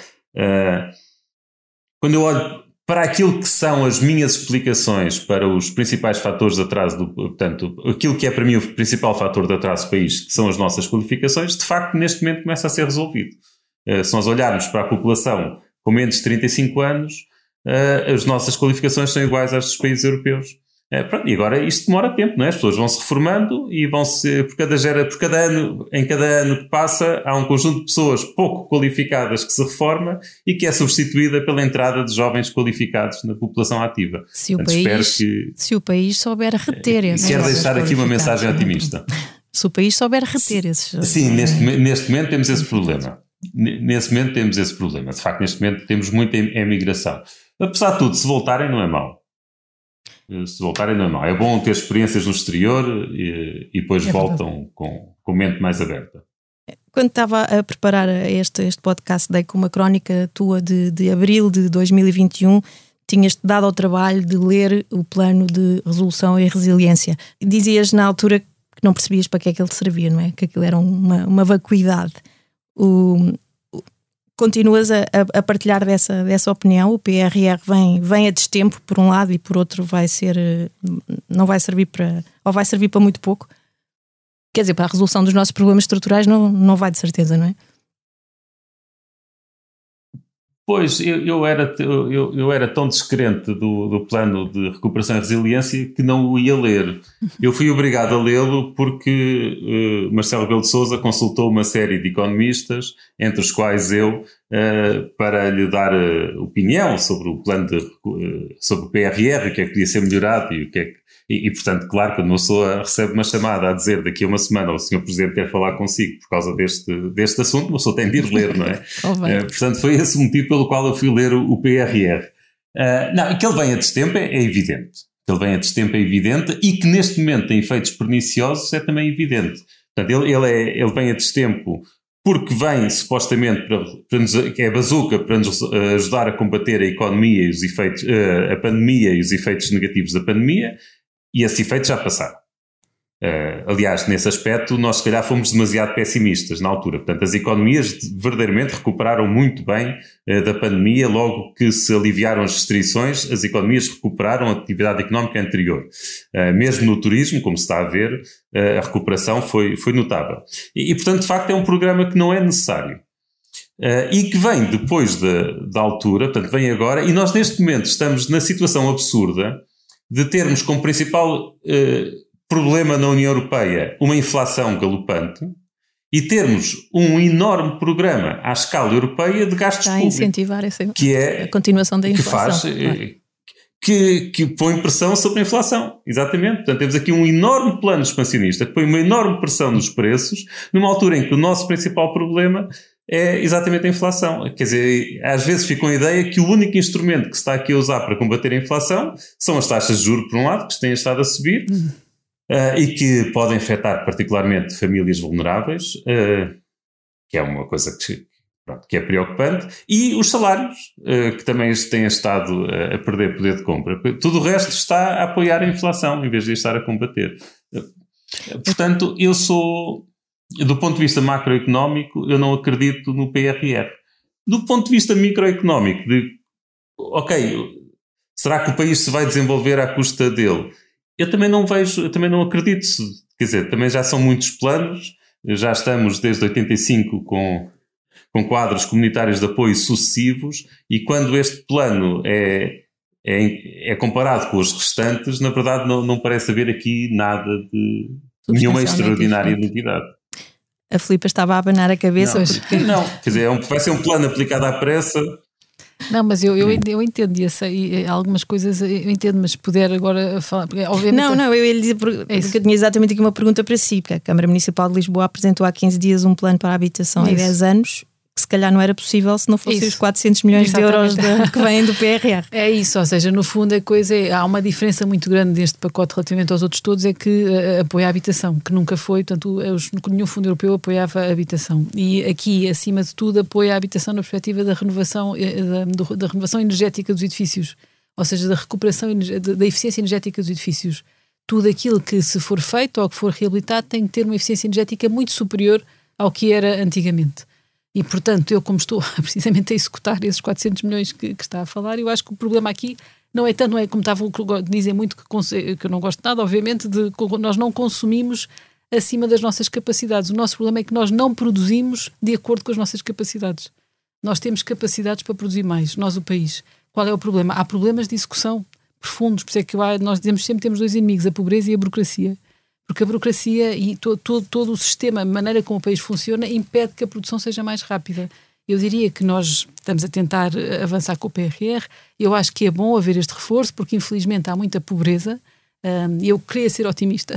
para aquilo que são as minhas explicações para os principais fatores de atraso, portanto, aquilo que é para mim o principal fator de atraso do país, que são as nossas qualificações, de facto neste momento começa a ser resolvido. Se nós olharmos para a população com menos de 35 anos, as nossas qualificações são iguais às dos países europeus. E agora isto demora tempo, não é? As pessoas vão se reformando e em cada ano que passa há um conjunto de pessoas pouco qualificadas que se reforma e que é substituída pela entrada de jovens qualificados na população ativa. Se o país souber reter esses. Quero deixar aqui uma mensagem otimista. Se o país souber reter esses. Sim, neste momento temos esse problema. De facto, neste momento temos muita emigração. Apesar de tudo, se voltarem não é mau. É bom ter experiências no exterior e depois voltam com mente mais aberta. Quando estava a preparar este podcast, dei com uma crónica tua de abril de 2021, tinhas-te dado ao trabalho de ler o plano de resolução e resiliência. Dizias na altura que não percebias para que é que ele servia, não é? Que aquilo era uma vacuidade. Continuas a partilhar dessa opinião? O PRR vem a destempo, por um lado, e por outro não vai servir ou vai servir para muito pouco? Quer dizer, para a resolução dos nossos problemas estruturais não vai de certeza, não é? Pois, eu era tão descrente do plano de recuperação e resiliência que não o ia ler. Eu fui obrigado a lê-lo porque Marcelo Rebelo de Sousa consultou uma série de economistas, entre os quais eu, para lhe dar opinião sobre o plano sobre o PRR, o que é que podia ser melhorado e o que é que... E, portanto, claro, quando uma pessoa recebe uma chamada a dizer daqui a uma semana o Sr. Presidente quer falar consigo por causa deste assunto, uma pessoa tem de ir ler, não é? Portanto, foi esse o motivo pelo qual eu fui ler o PRR. Que ele vem a destempo é evidente. E que neste momento tem efeitos perniciosos é também evidente. Portanto, ele vem a destempo porque vem supostamente que é a bazuca para nos ajudar a combater a economia e os efeitos, a pandemia e os efeitos negativos da pandemia. E esses efeitos já passaram. Aliás, nesse aspecto, nós se calhar fomos demasiado pessimistas na altura. Portanto, as economias verdadeiramente recuperaram muito bem da pandemia. Logo que se aliviaram as restrições, as economias recuperaram a atividade económica anterior. Mesmo no turismo, como se está a ver, a recuperação foi notável. E, portanto, de facto, é um programa que não é necessário. E que vem depois da altura, portanto, vem agora, e nós neste momento estamos na situação absurda de termos como principal problema na União Europeia uma inflação galopante e termos um enorme programa à escala europeia de gastos públicos. A incentivar a continuação da inflação. Que põe pressão sobre a inflação. Exatamente. Portanto, temos aqui um enorme plano expansionista que põe uma enorme pressão nos preços numa altura em que o nosso principal problema é exatamente a inflação. Quer dizer, às vezes fica com a ideia que o único instrumento que se está aqui a usar para combater a inflação são as taxas de juros, por um lado, que têm estado a subir e que podem afetar particularmente famílias vulneráveis, que é uma coisa que é preocupante, e os salários, que também têm estado a perder poder de compra. Tudo o resto está a apoiar a inflação, em vez de estar a combater. Portanto, eu sou... Do ponto de vista macroeconómico, eu não acredito no PRR. Do ponto de vista microeconómico, será que o país se vai desenvolver à custa dele? Eu também não acredito. Quer dizer, também já são muitos planos, já estamos desde 85 com quadros comunitários de apoio sucessivos, e quando este plano é comparado com os restantes, na verdade não parece haver aqui nada de nenhuma extraordinária novidade. A Filipa estava a abanar a cabeça. Não, quer dizer, vai ser um plano aplicado à pressa. Não, mas eu entendo e sei, algumas coisas eu entendo, mas se puder agora falar, porque, obviamente... Não, eu ia lhe dizer porque eu tinha exatamente aqui uma pergunta para si, porque a Câmara Municipal de Lisboa apresentou há 15 dias um plano para a habitação há 10 anos, que se calhar não era possível se não fossem os 400 milhões de euros que vêm do PRR. É isso, ou seja, no fundo a coisa há uma diferença muito grande deste pacote relativamente aos outros todos, é que apoia a habitação, que nunca foi, portanto nenhum fundo europeu apoiava a habitação, e aqui acima de tudo apoia a habitação na perspectiva da renovação, da renovação energética dos edifícios, ou seja, da recuperação da eficiência energética dos edifícios. Tudo aquilo que se for feito ou que for reabilitado tem que ter uma eficiência energética muito superior ao que era antigamente. E, portanto, eu como estou precisamente a executar esses 400 milhões que está a falar, eu acho que o problema aqui não é tanto, não é como dizem muito, que eu não gosto nada, obviamente, de nós não consumimos acima das nossas capacidades. O nosso problema é que nós não produzimos de acordo com as nossas capacidades. Nós temos capacidades para produzir mais, nós o país. Qual é o problema? Há problemas de execução profundos, por isso é que nós dizemos sempre temos dois inimigos, a pobreza e a burocracia. Porque a burocracia e todo o sistema, a maneira como o país funciona, impede que a produção seja mais rápida. Eu diria que nós estamos a tentar avançar com o PRR. Eu acho que é bom haver este reforço, porque infelizmente há muita pobreza. Eu queria ser otimista,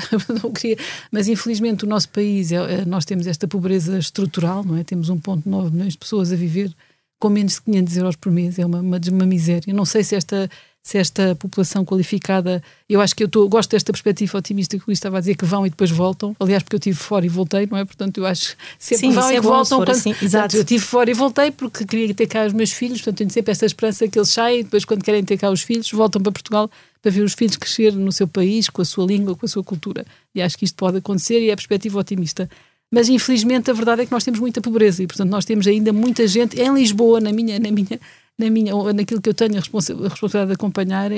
mas infelizmente o nosso país, nós temos esta pobreza estrutural, não é? Temos 1,9 milhões de pessoas a viver com menos de 500 euros por mês. É uma miséria. Eu não sei se esta população qualificada, eu acho que gosto desta perspectiva otimista que o Luís estava a dizer, que vão e depois voltam, aliás porque eu estive fora e voltei, não é? Portanto eu acho que sempre vão e voltam assim. Exato. Eu estive fora e voltei porque queria ter cá os meus filhos, portanto tenho sempre esta esperança que eles saem e depois quando querem ter cá os filhos voltam para Portugal para ver os filhos crescer no seu país, com a sua língua, com a sua cultura, e acho que isto pode acontecer e é a perspectiva otimista. Mas infelizmente a verdade é que nós temos muita pobreza e portanto nós temos ainda muita gente em Lisboa, naquilo que eu tenho a responsabilidade de acompanhar,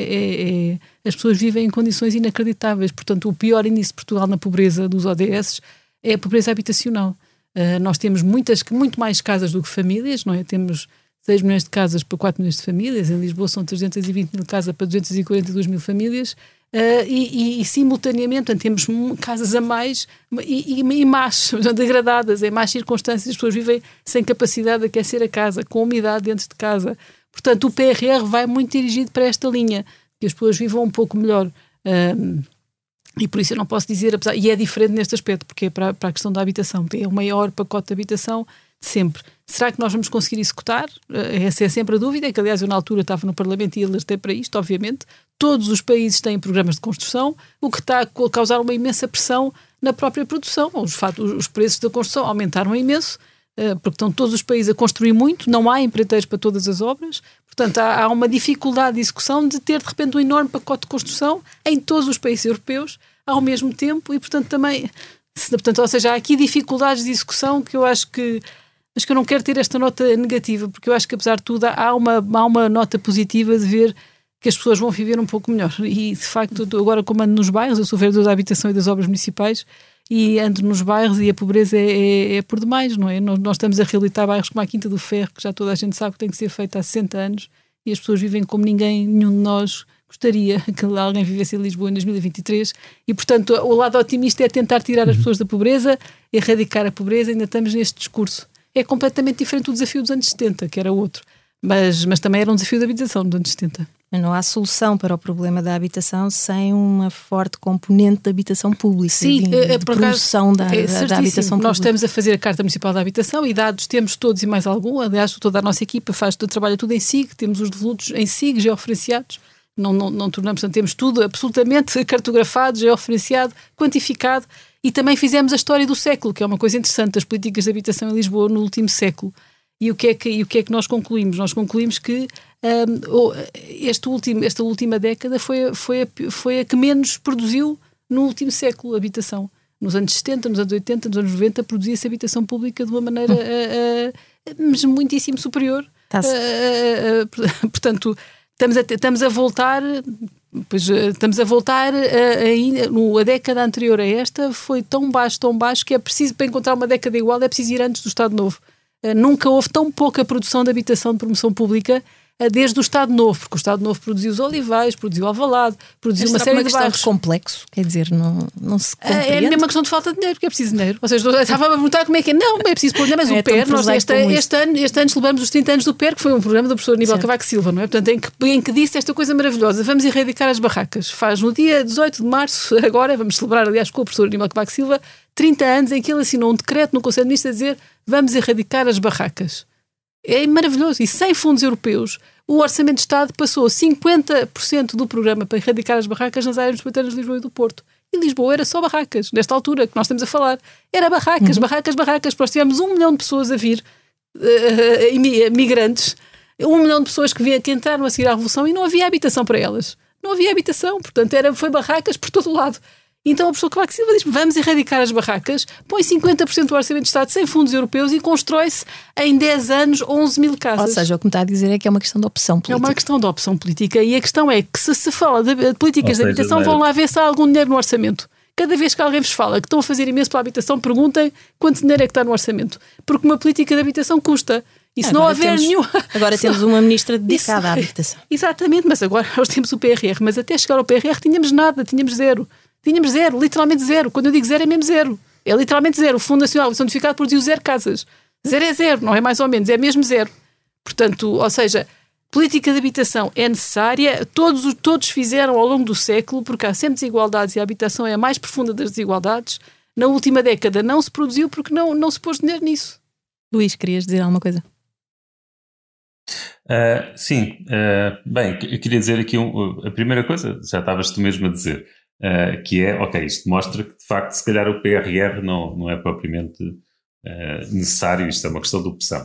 as pessoas vivem em condições inacreditáveis. Portanto, o pior índice de Portugal na pobreza dos ODS é a pobreza habitacional. Nós temos muito mais casas do que famílias, não é? Temos 6 milhões de casas para 4 milhões de famílias, em Lisboa são 320 mil casas para 242 mil famílias, e simultaneamente portanto, temos casas a mais e más, degradadas, em más circunstâncias, as pessoas vivem sem capacidade de aquecer a casa, com umidade dentro de casa. Portanto, o PRR vai muito dirigido para esta linha, que as pessoas vivam um pouco melhor. E por isso eu não posso dizer, e é diferente neste aspecto, porque é para a questão da habitação, é o maior pacote de habitação de sempre. Será que nós vamos conseguir executar? Essa é sempre a dúvida, que aliás eu na altura estava no Parlamento e alertei para isto, obviamente. Todos os países têm programas de construção, o que está a causar uma imensa pressão na própria produção. Os preços da construção aumentaram imenso, porque estão todos os países a construir muito, não há empreiteiros para todas as obras, portanto há uma dificuldade de execução de ter de repente um enorme pacote de construção em todos os países europeus ao mesmo tempo e portanto também, ou seja, há aqui dificuldades de execução que eu acho que, mas que eu não quero ter esta nota negativa, porque eu acho que apesar de tudo há uma nota positiva de ver que as pessoas vão viver um pouco melhor e de facto agora como ando nos bairros, eu sou vereador da habitação e das obras municipais e ando nos bairros e a pobreza é por demais, não é? Nós estamos a reabilitar bairros como a Quinta do Ferro, que já toda a gente sabe que tem que ser feito há 60 anos e as pessoas vivem como nenhum de nós gostaria que alguém vivesse em Lisboa em 2023 e, portanto, o lado otimista é tentar tirar as pessoas da pobreza, erradicar a pobreza, ainda estamos neste discurso. É completamente diferente do desafio dos anos 70, que era outro, mas também era um desafio da habitação dos anos 70. Não há solução para o problema da habitação sem uma forte componente de habitação pública. Sim, de produção da habitação pública. Nós estamos a fazer a Carta Municipal da Habitação e dados temos todos e mais algum. Aliás, toda a nossa equipa trabalha tudo em SIG, temos os devolutos em SIG, georreferenciados. Não tornamos, portanto, temos tudo absolutamente cartografado, georreferenciado, quantificado e também fizemos a história do século, que é uma coisa interessante, das políticas de habitação em Lisboa no último século. E o que é que nós concluímos? Nós concluímos que esta última década foi a que menos produziu no último século habitação. Nos anos 70, nos anos 80, nos anos 90 produzia-se habitação pública de uma maneira mas muitíssimo superior. Portanto, estamos a voltar a década anterior a esta foi tão baixo que é preciso, para encontrar uma década igual, é preciso ir antes do Estado Novo. Nunca houve tão pouca produção de habitação de promoção pública desde o Estado Novo, porque o Estado Novo produziu os Olivais, produziu Alvalade, produziu uma série de bairros. É uma questão de complexo, quer dizer, não se compreende. É mesmo uma questão de falta de dinheiro, porque é preciso dinheiro. Ou seja, estava a perguntar como é que é. Não é preciso pôr dinheiro, mas o PER, nós este ano celebramos os 30 anos do PER, que foi um programa do professor Aníbal Cavaco Silva, não é? Portanto, em que disse esta coisa maravilhosa: vamos erradicar as barracas. Faz no dia 18 de março, agora, vamos celebrar, aliás, com o professor Aníbal Cavaco Silva, 30 anos em que ele assinou um decreto no Conselho de Ministros a dizer vamos erradicar as barracas. É maravilhoso. E sem fundos europeus, o Orçamento de Estado passou 50% do programa para erradicar as barracas nas áreas metropolitanas de Lisboa e do Porto. E Lisboa era só barracas, nesta altura que nós estamos a falar. Era barracas, barracas. Nós tivemos 1 milhão de pessoas a vir, migrantes, 1 milhão de pessoas que entraram a seguir à Revolução e não havia habitação para elas. Não havia habitação, portanto foi barracas por todo o lado. Então a pessoa Cavaco Silva diz, vamos erradicar as barracas, põe 50% do Orçamento de Estado sem fundos europeus e constrói-se em 10 anos 11 mil casas. Ou seja, o que me está a dizer é que é uma questão de opção política. É uma questão de opção política e a questão é que se fala de políticas de habitação, vão lá ver se há algum dinheiro no orçamento. Cada vez que alguém vos fala que estão a fazer imenso para a habitação, perguntem quanto dinheiro é que está no orçamento. Porque uma política de habitação custa. E se não houver nenhum... Agora temos uma ministra dedicada à habitação. Exatamente, mas agora nós temos o PRR. Mas até chegar ao PRR tínhamos nada, tínhamos zero. Tínhamos zero, literalmente zero. Quando eu digo zero é mesmo zero. É literalmente zero. O Fundo Nacional de Habitação Edificada produziu 0 casas. Zero é zero, não é mais ou menos, é mesmo zero. Portanto, ou seja, política de habitação é necessária, todos fizeram ao longo do século, porque há sempre desigualdades e a habitação é a mais profunda das desigualdades. Na última década não se produziu porque não se pôs dinheiro nisso. Luís, querias dizer alguma coisa? Sim. Bem, eu queria dizer aqui a primeira coisa, já estavas tu mesmo a dizer. Que é, ok, isto mostra que de facto se calhar o PRR não é propriamente necessário, isto é uma questão de opção.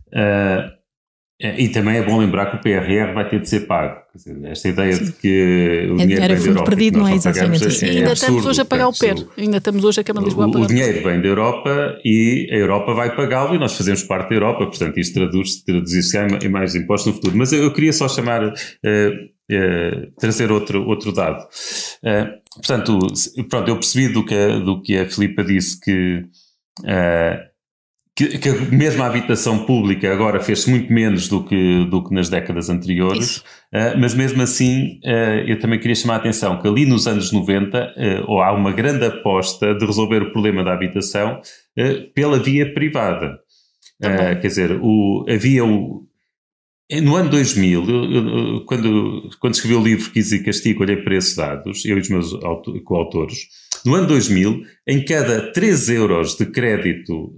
E também é bom lembrar que o PRR vai ter de ser pago. Quer dizer, esta ideia de que o dinheiro vem da Europa perdido, não é exatamente assim. Ainda estamos hoje a pagar o PER, ainda estamos hoje a Câmara de Lisboa a pagar o dinheiro vem da Europa e a Europa vai pagá-lo e nós fazemos parte da Europa, portanto isto traduz-se em mais impostos no futuro. Mas eu queria só trazer outro dado. Portanto, eu percebi do que a Filipa disse que mesmo a habitação pública agora fez-se muito menos do que nas décadas anteriores, mas mesmo assim eu também queria chamar a atenção que ali nos anos 90 há uma grande aposta de resolver o problema da habitação pela via privada. Quer dizer, havia no ano 2000, quando escrevi o livro Quis e Castigo, olhei para esses dados, eu e os meus coautores. No ano 2000, em cada 3 euros de crédito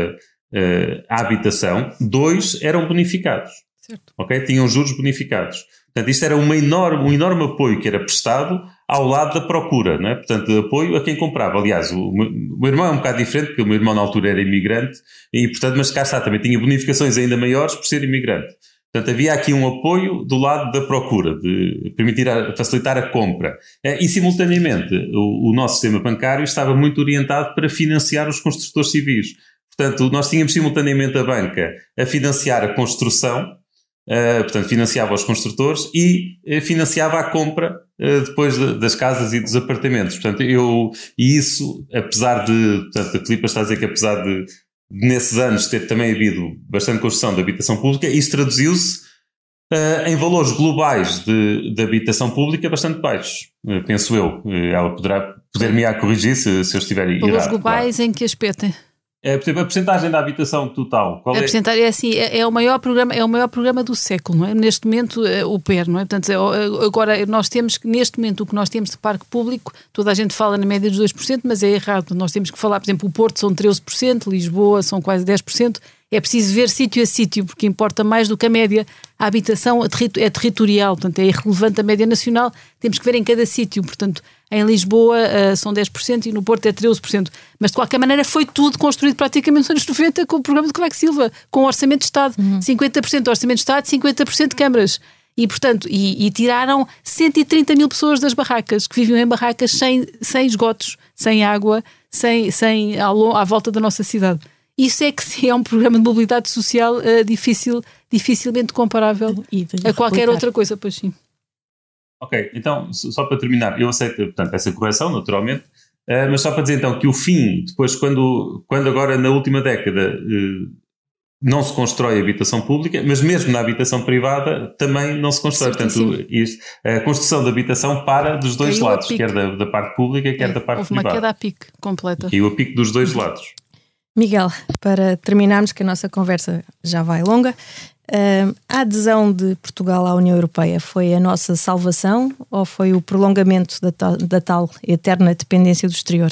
à habitação, 2 eram bonificados. Certo. Okay? Tinham juros bonificados. Portanto, isto era um enorme apoio que era prestado ao lado da procura, não é? Portanto, apoio a quem comprava. Aliás, o meu irmão é um bocado diferente, porque o meu irmão na altura era imigrante, e portanto, mas cá está, também tinha bonificações ainda maiores por ser imigrante. Portanto, havia aqui um apoio do lado da procura, de facilitar a compra. E, simultaneamente, o nosso sistema bancário estava muito orientado para financiar os construtores civis. Portanto, nós tínhamos simultaneamente a banca a financiar a construção, portanto, financiava os construtores e financiava a compra depois das casas e dos apartamentos. Portanto, isso, apesar de, portanto, a Filipa está a dizer que apesar de nesses anos ter também havido bastante construção de habitação pública, isso traduziu-se em valores globais de habitação pública bastante baixos, penso eu. Ela poder-me corrigir se eu estiver errado. Valores globais, claro. Em que aspecto? A percentagem da habitação total. Qual é? A percentagem é assim, é o maior programa do século, não é? Neste momento, o PER, não é? Portanto, agora nós temos que, neste momento, o que nós temos de parque público, toda a gente fala na média dos 2%, mas é errado. Nós temos que falar, por exemplo, o Porto são 13%, Lisboa são quase 10%. É preciso ver sítio a sítio, porque importa mais do que a média. A habitação é territorial, portanto, é irrelevante a média nacional. Temos que ver em cada sítio. Portanto, em Lisboa são 10% e no Porto é 13%. Mas, de qualquer maneira, foi tudo construído praticamente nos anos 90 com o programa de Cavaco Silva, com o Orçamento de Estado. 50% do Orçamento de Estado, 50% de câmaras. E, portanto, e tiraram 130 mil pessoas das barracas, que viviam em barracas sem esgotos, sem água, à volta da nossa cidade. Isso é que sim, é um programa de mobilidade social dificilmente comparável a qualquer outra coisa, pois sim. Ok, então, só para terminar, eu aceito, portanto, essa correção, naturalmente, mas só para dizer então que o fim, depois quando agora na última década não se constrói habitação pública, mas mesmo na habitação privada também não se constrói. Portanto, a construção da habitação para dos dois lados, quer da parte pública, quer da parte privada. Houve uma queda a pique completa. E o pique dos dois lados. Miguel, para terminarmos, que a nossa conversa já vai longa, a adesão de Portugal à União Europeia foi a nossa salvação ou foi o prolongamento da tal eterna dependência do exterior?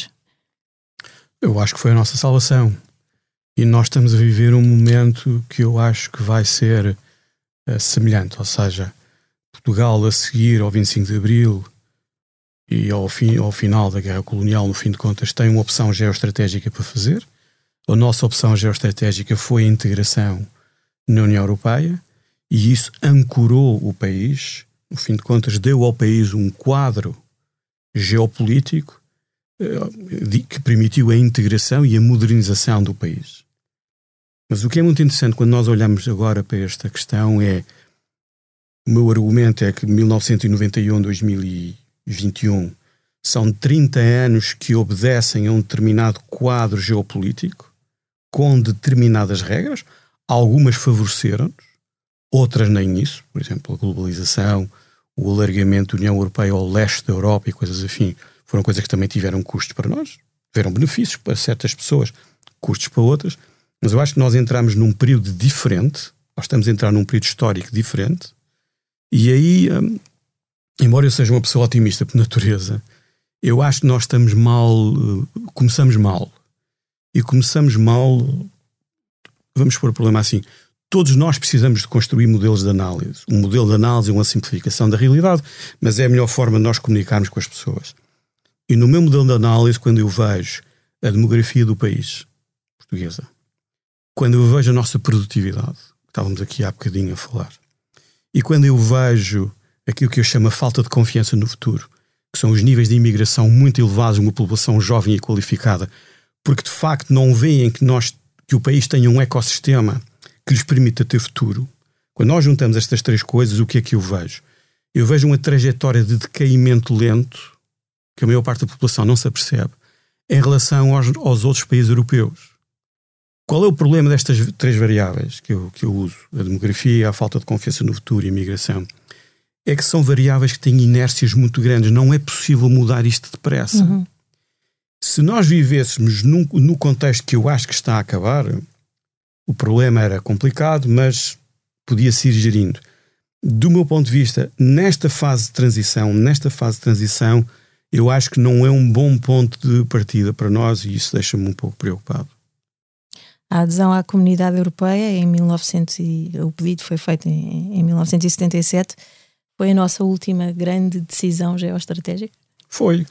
Eu acho que foi a nossa salvação. E nós estamos a viver um momento que eu acho que vai ser semelhante. Ou seja, Portugal a seguir ao 25 de Abril e ao final da Guerra Colonial, no fim de contas, tem uma opção geoestratégica para fazer. A nossa opção geoestratégica foi a integração na União Europeia e isso ancorou o país. No fim de contas, deu ao país um quadro geopolítico que permitiu a integração e a modernização do país. Mas o que é muito interessante quando nós olhamos agora para esta questão o meu argumento é que 1991, 2021 são 30 anos que obedecem a um determinado quadro geopolítico com determinadas regras. Algumas favoreceram-nos, outras nem isso. Por exemplo, a globalização, o alargamento da União Europeia ao leste da Europa e coisas afim, foram coisas que também tiveram custos para nós, tiveram benefícios para certas pessoas, custos para outras. Mas eu acho que nós entramos num período diferente, nós estamos a entrar num período histórico diferente, e aí, embora eu seja uma pessoa otimista por natureza, eu acho que nós estamos começamos mal. E começamos mal, vamos pôr o problema assim, todos nós precisamos de construir modelos de análise. Um modelo de análise é uma simplificação da realidade, mas é a melhor forma de nós comunicarmos com as pessoas. E no meu modelo de análise, quando eu vejo a demografia do país portuguesa, quando eu vejo a nossa produtividade, que estávamos aqui há bocadinho a falar, e quando eu vejo aquilo que eu chamo a falta de confiança no futuro, que são os níveis de imigração muito elevados, uma população jovem e qualificada, porque de facto não veem que o país tenha um ecossistema que lhes permita ter futuro. Quando nós juntamos estas três coisas, o que é que eu vejo? Eu vejo uma trajetória de decaimento lento, que a maior parte da população não se apercebe, em relação aos outros países europeus. Qual é o problema destas três variáveis que eu uso? A demografia, a falta de confiança no futuro e a migração. É que são variáveis que têm inércias muito grandes. Não é possível mudar isto depressa. Uhum. Se nós vivêssemos no contexto que eu acho que está a acabar, o problema era complicado, mas podia-se ir gerindo. Do meu ponto de vista, nesta fase de transição, eu acho que não é um bom ponto de partida para nós e isso deixa-me um pouco preocupado. A adesão à Comunidade Europeia o pedido foi feito em 1977, foi a nossa última grande decisão geoestratégica? Foi,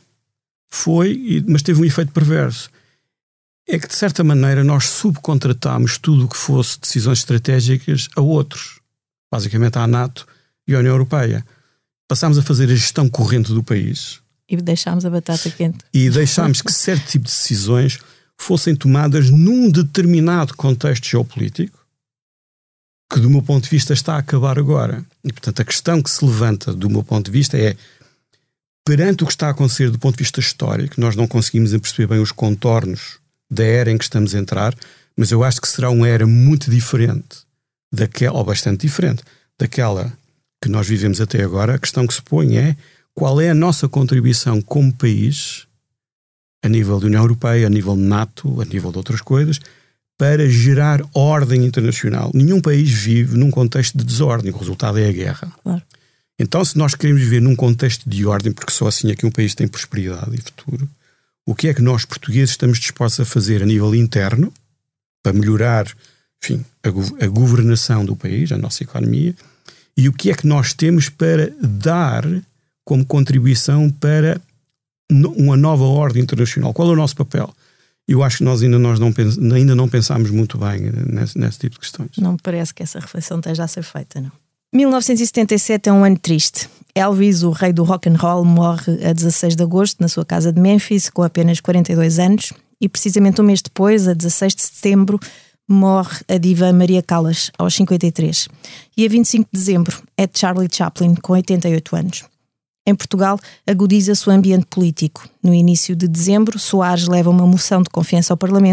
mas teve um efeito perverso. É que de certa maneira nós subcontratámos tudo o que fosse decisões estratégicas a outros, basicamente à NATO e à União Europeia. Passámos a fazer a gestão corrente do país. E deixámos a batata quente. E deixámos que certo tipo de decisões fossem tomadas num determinado contexto geopolítico que, do meu ponto de vista, está a acabar agora. E, portanto, a questão que se levanta, do meu ponto de vista, é perante o que está a acontecer do ponto de vista histórico, nós não conseguimos perceber bem os contornos da era em que estamos a entrar, mas eu acho que será uma era muito diferente ou bastante diferente daquela que nós vivemos até agora. A questão que se põe é qual é a nossa contribuição como país, a nível da União Europeia, a nível de NATO, a nível de outras coisas, para gerar ordem internacional. Nenhum país vive num contexto de desordem, o resultado é a guerra. Claro. Então, se nós queremos viver num contexto de ordem, porque só assim é que um país tem prosperidade e futuro, o que é que nós, portugueses, estamos dispostos a fazer a nível interno para melhorar, enfim, a governação do país, a nossa economia, e o que é que nós temos para dar como contribuição para uma nova ordem internacional? Qual é o nosso papel? Eu acho que nós ainda não pensámos muito bem nesse tipo de questões. Não me parece que essa reflexão esteja a ser feita, não. 1977 é um ano triste. Elvis, o rei do rock and roll, morre a 16 de agosto na sua casa de Memphis com apenas 42 anos e precisamente um mês depois, a 16 de setembro, morre a diva Maria Callas, aos 53. E a 25 de dezembro é Charlie Chaplin, com 88 anos. Em Portugal, agudiza-se o ambiente político. No início de dezembro, Soares leva uma moção de confiança ao Parlamento,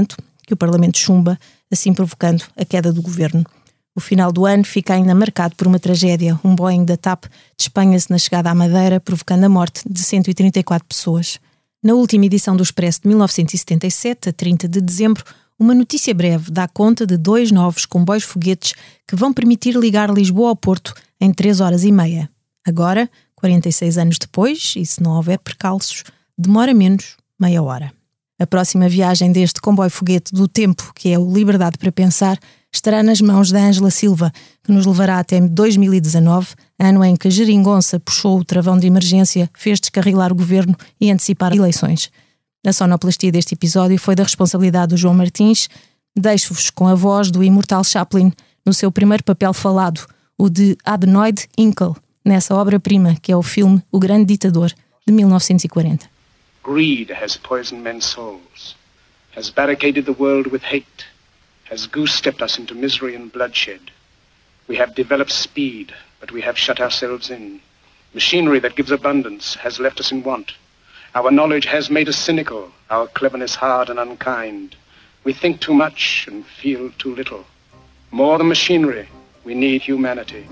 que o Parlamento chumba, assim provocando a queda do governo. O final do ano fica ainda marcado por uma tragédia. Um Boeing da TAP despenha-se na chegada à Madeira, provocando a morte de 134 pessoas. Na última edição do Expresso de 1977, a 30 de dezembro, uma notícia breve dá conta de 2 novos comboios-foguetes que vão permitir ligar Lisboa ao Porto em 3 horas e meia. Agora, 46 anos depois, e se não houver percalços, demora menos meia hora. A próxima viagem deste comboio-foguete do tempo, que é o Liberdade para Pensar, estará nas mãos da Ângela Silva, que nos levará até 2019, ano em que a geringonça puxou o travão de emergência, fez descarrilar o governo e antecipar eleições. A sonoplastia deste episódio foi da responsabilidade do João Martins. Deixo-vos com a voz do imortal Chaplin no seu primeiro papel falado, o de Adenoid Inkel, nessa obra-prima que é o filme O Grande Ditador, de 1940. Greed has poisoned men's souls, has barricaded the world with hate, has goose-stepped us into misery and bloodshed. We have developed speed, but we have shut ourselves in. Machinery that gives abundance has left us in want. Our knowledge has made us cynical, our cleverness hard and unkind. We think too much and feel too little. More than machinery, we need humanity.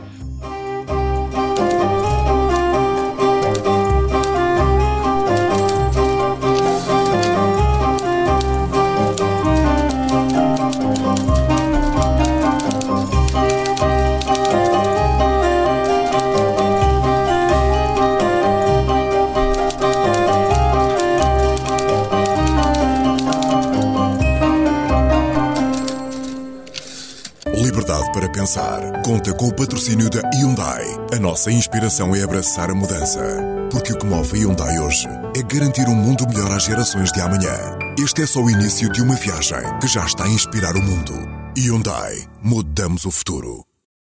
Liberdade para Pensar conta com o patrocínio da Hyundai. A nossa inspiração é abraçar a mudança. Porque o que move a Hyundai hoje é garantir um mundo melhor às gerações de amanhã. Este é só o início de uma viagem que já está a inspirar o mundo. Hyundai. Mudamos o futuro.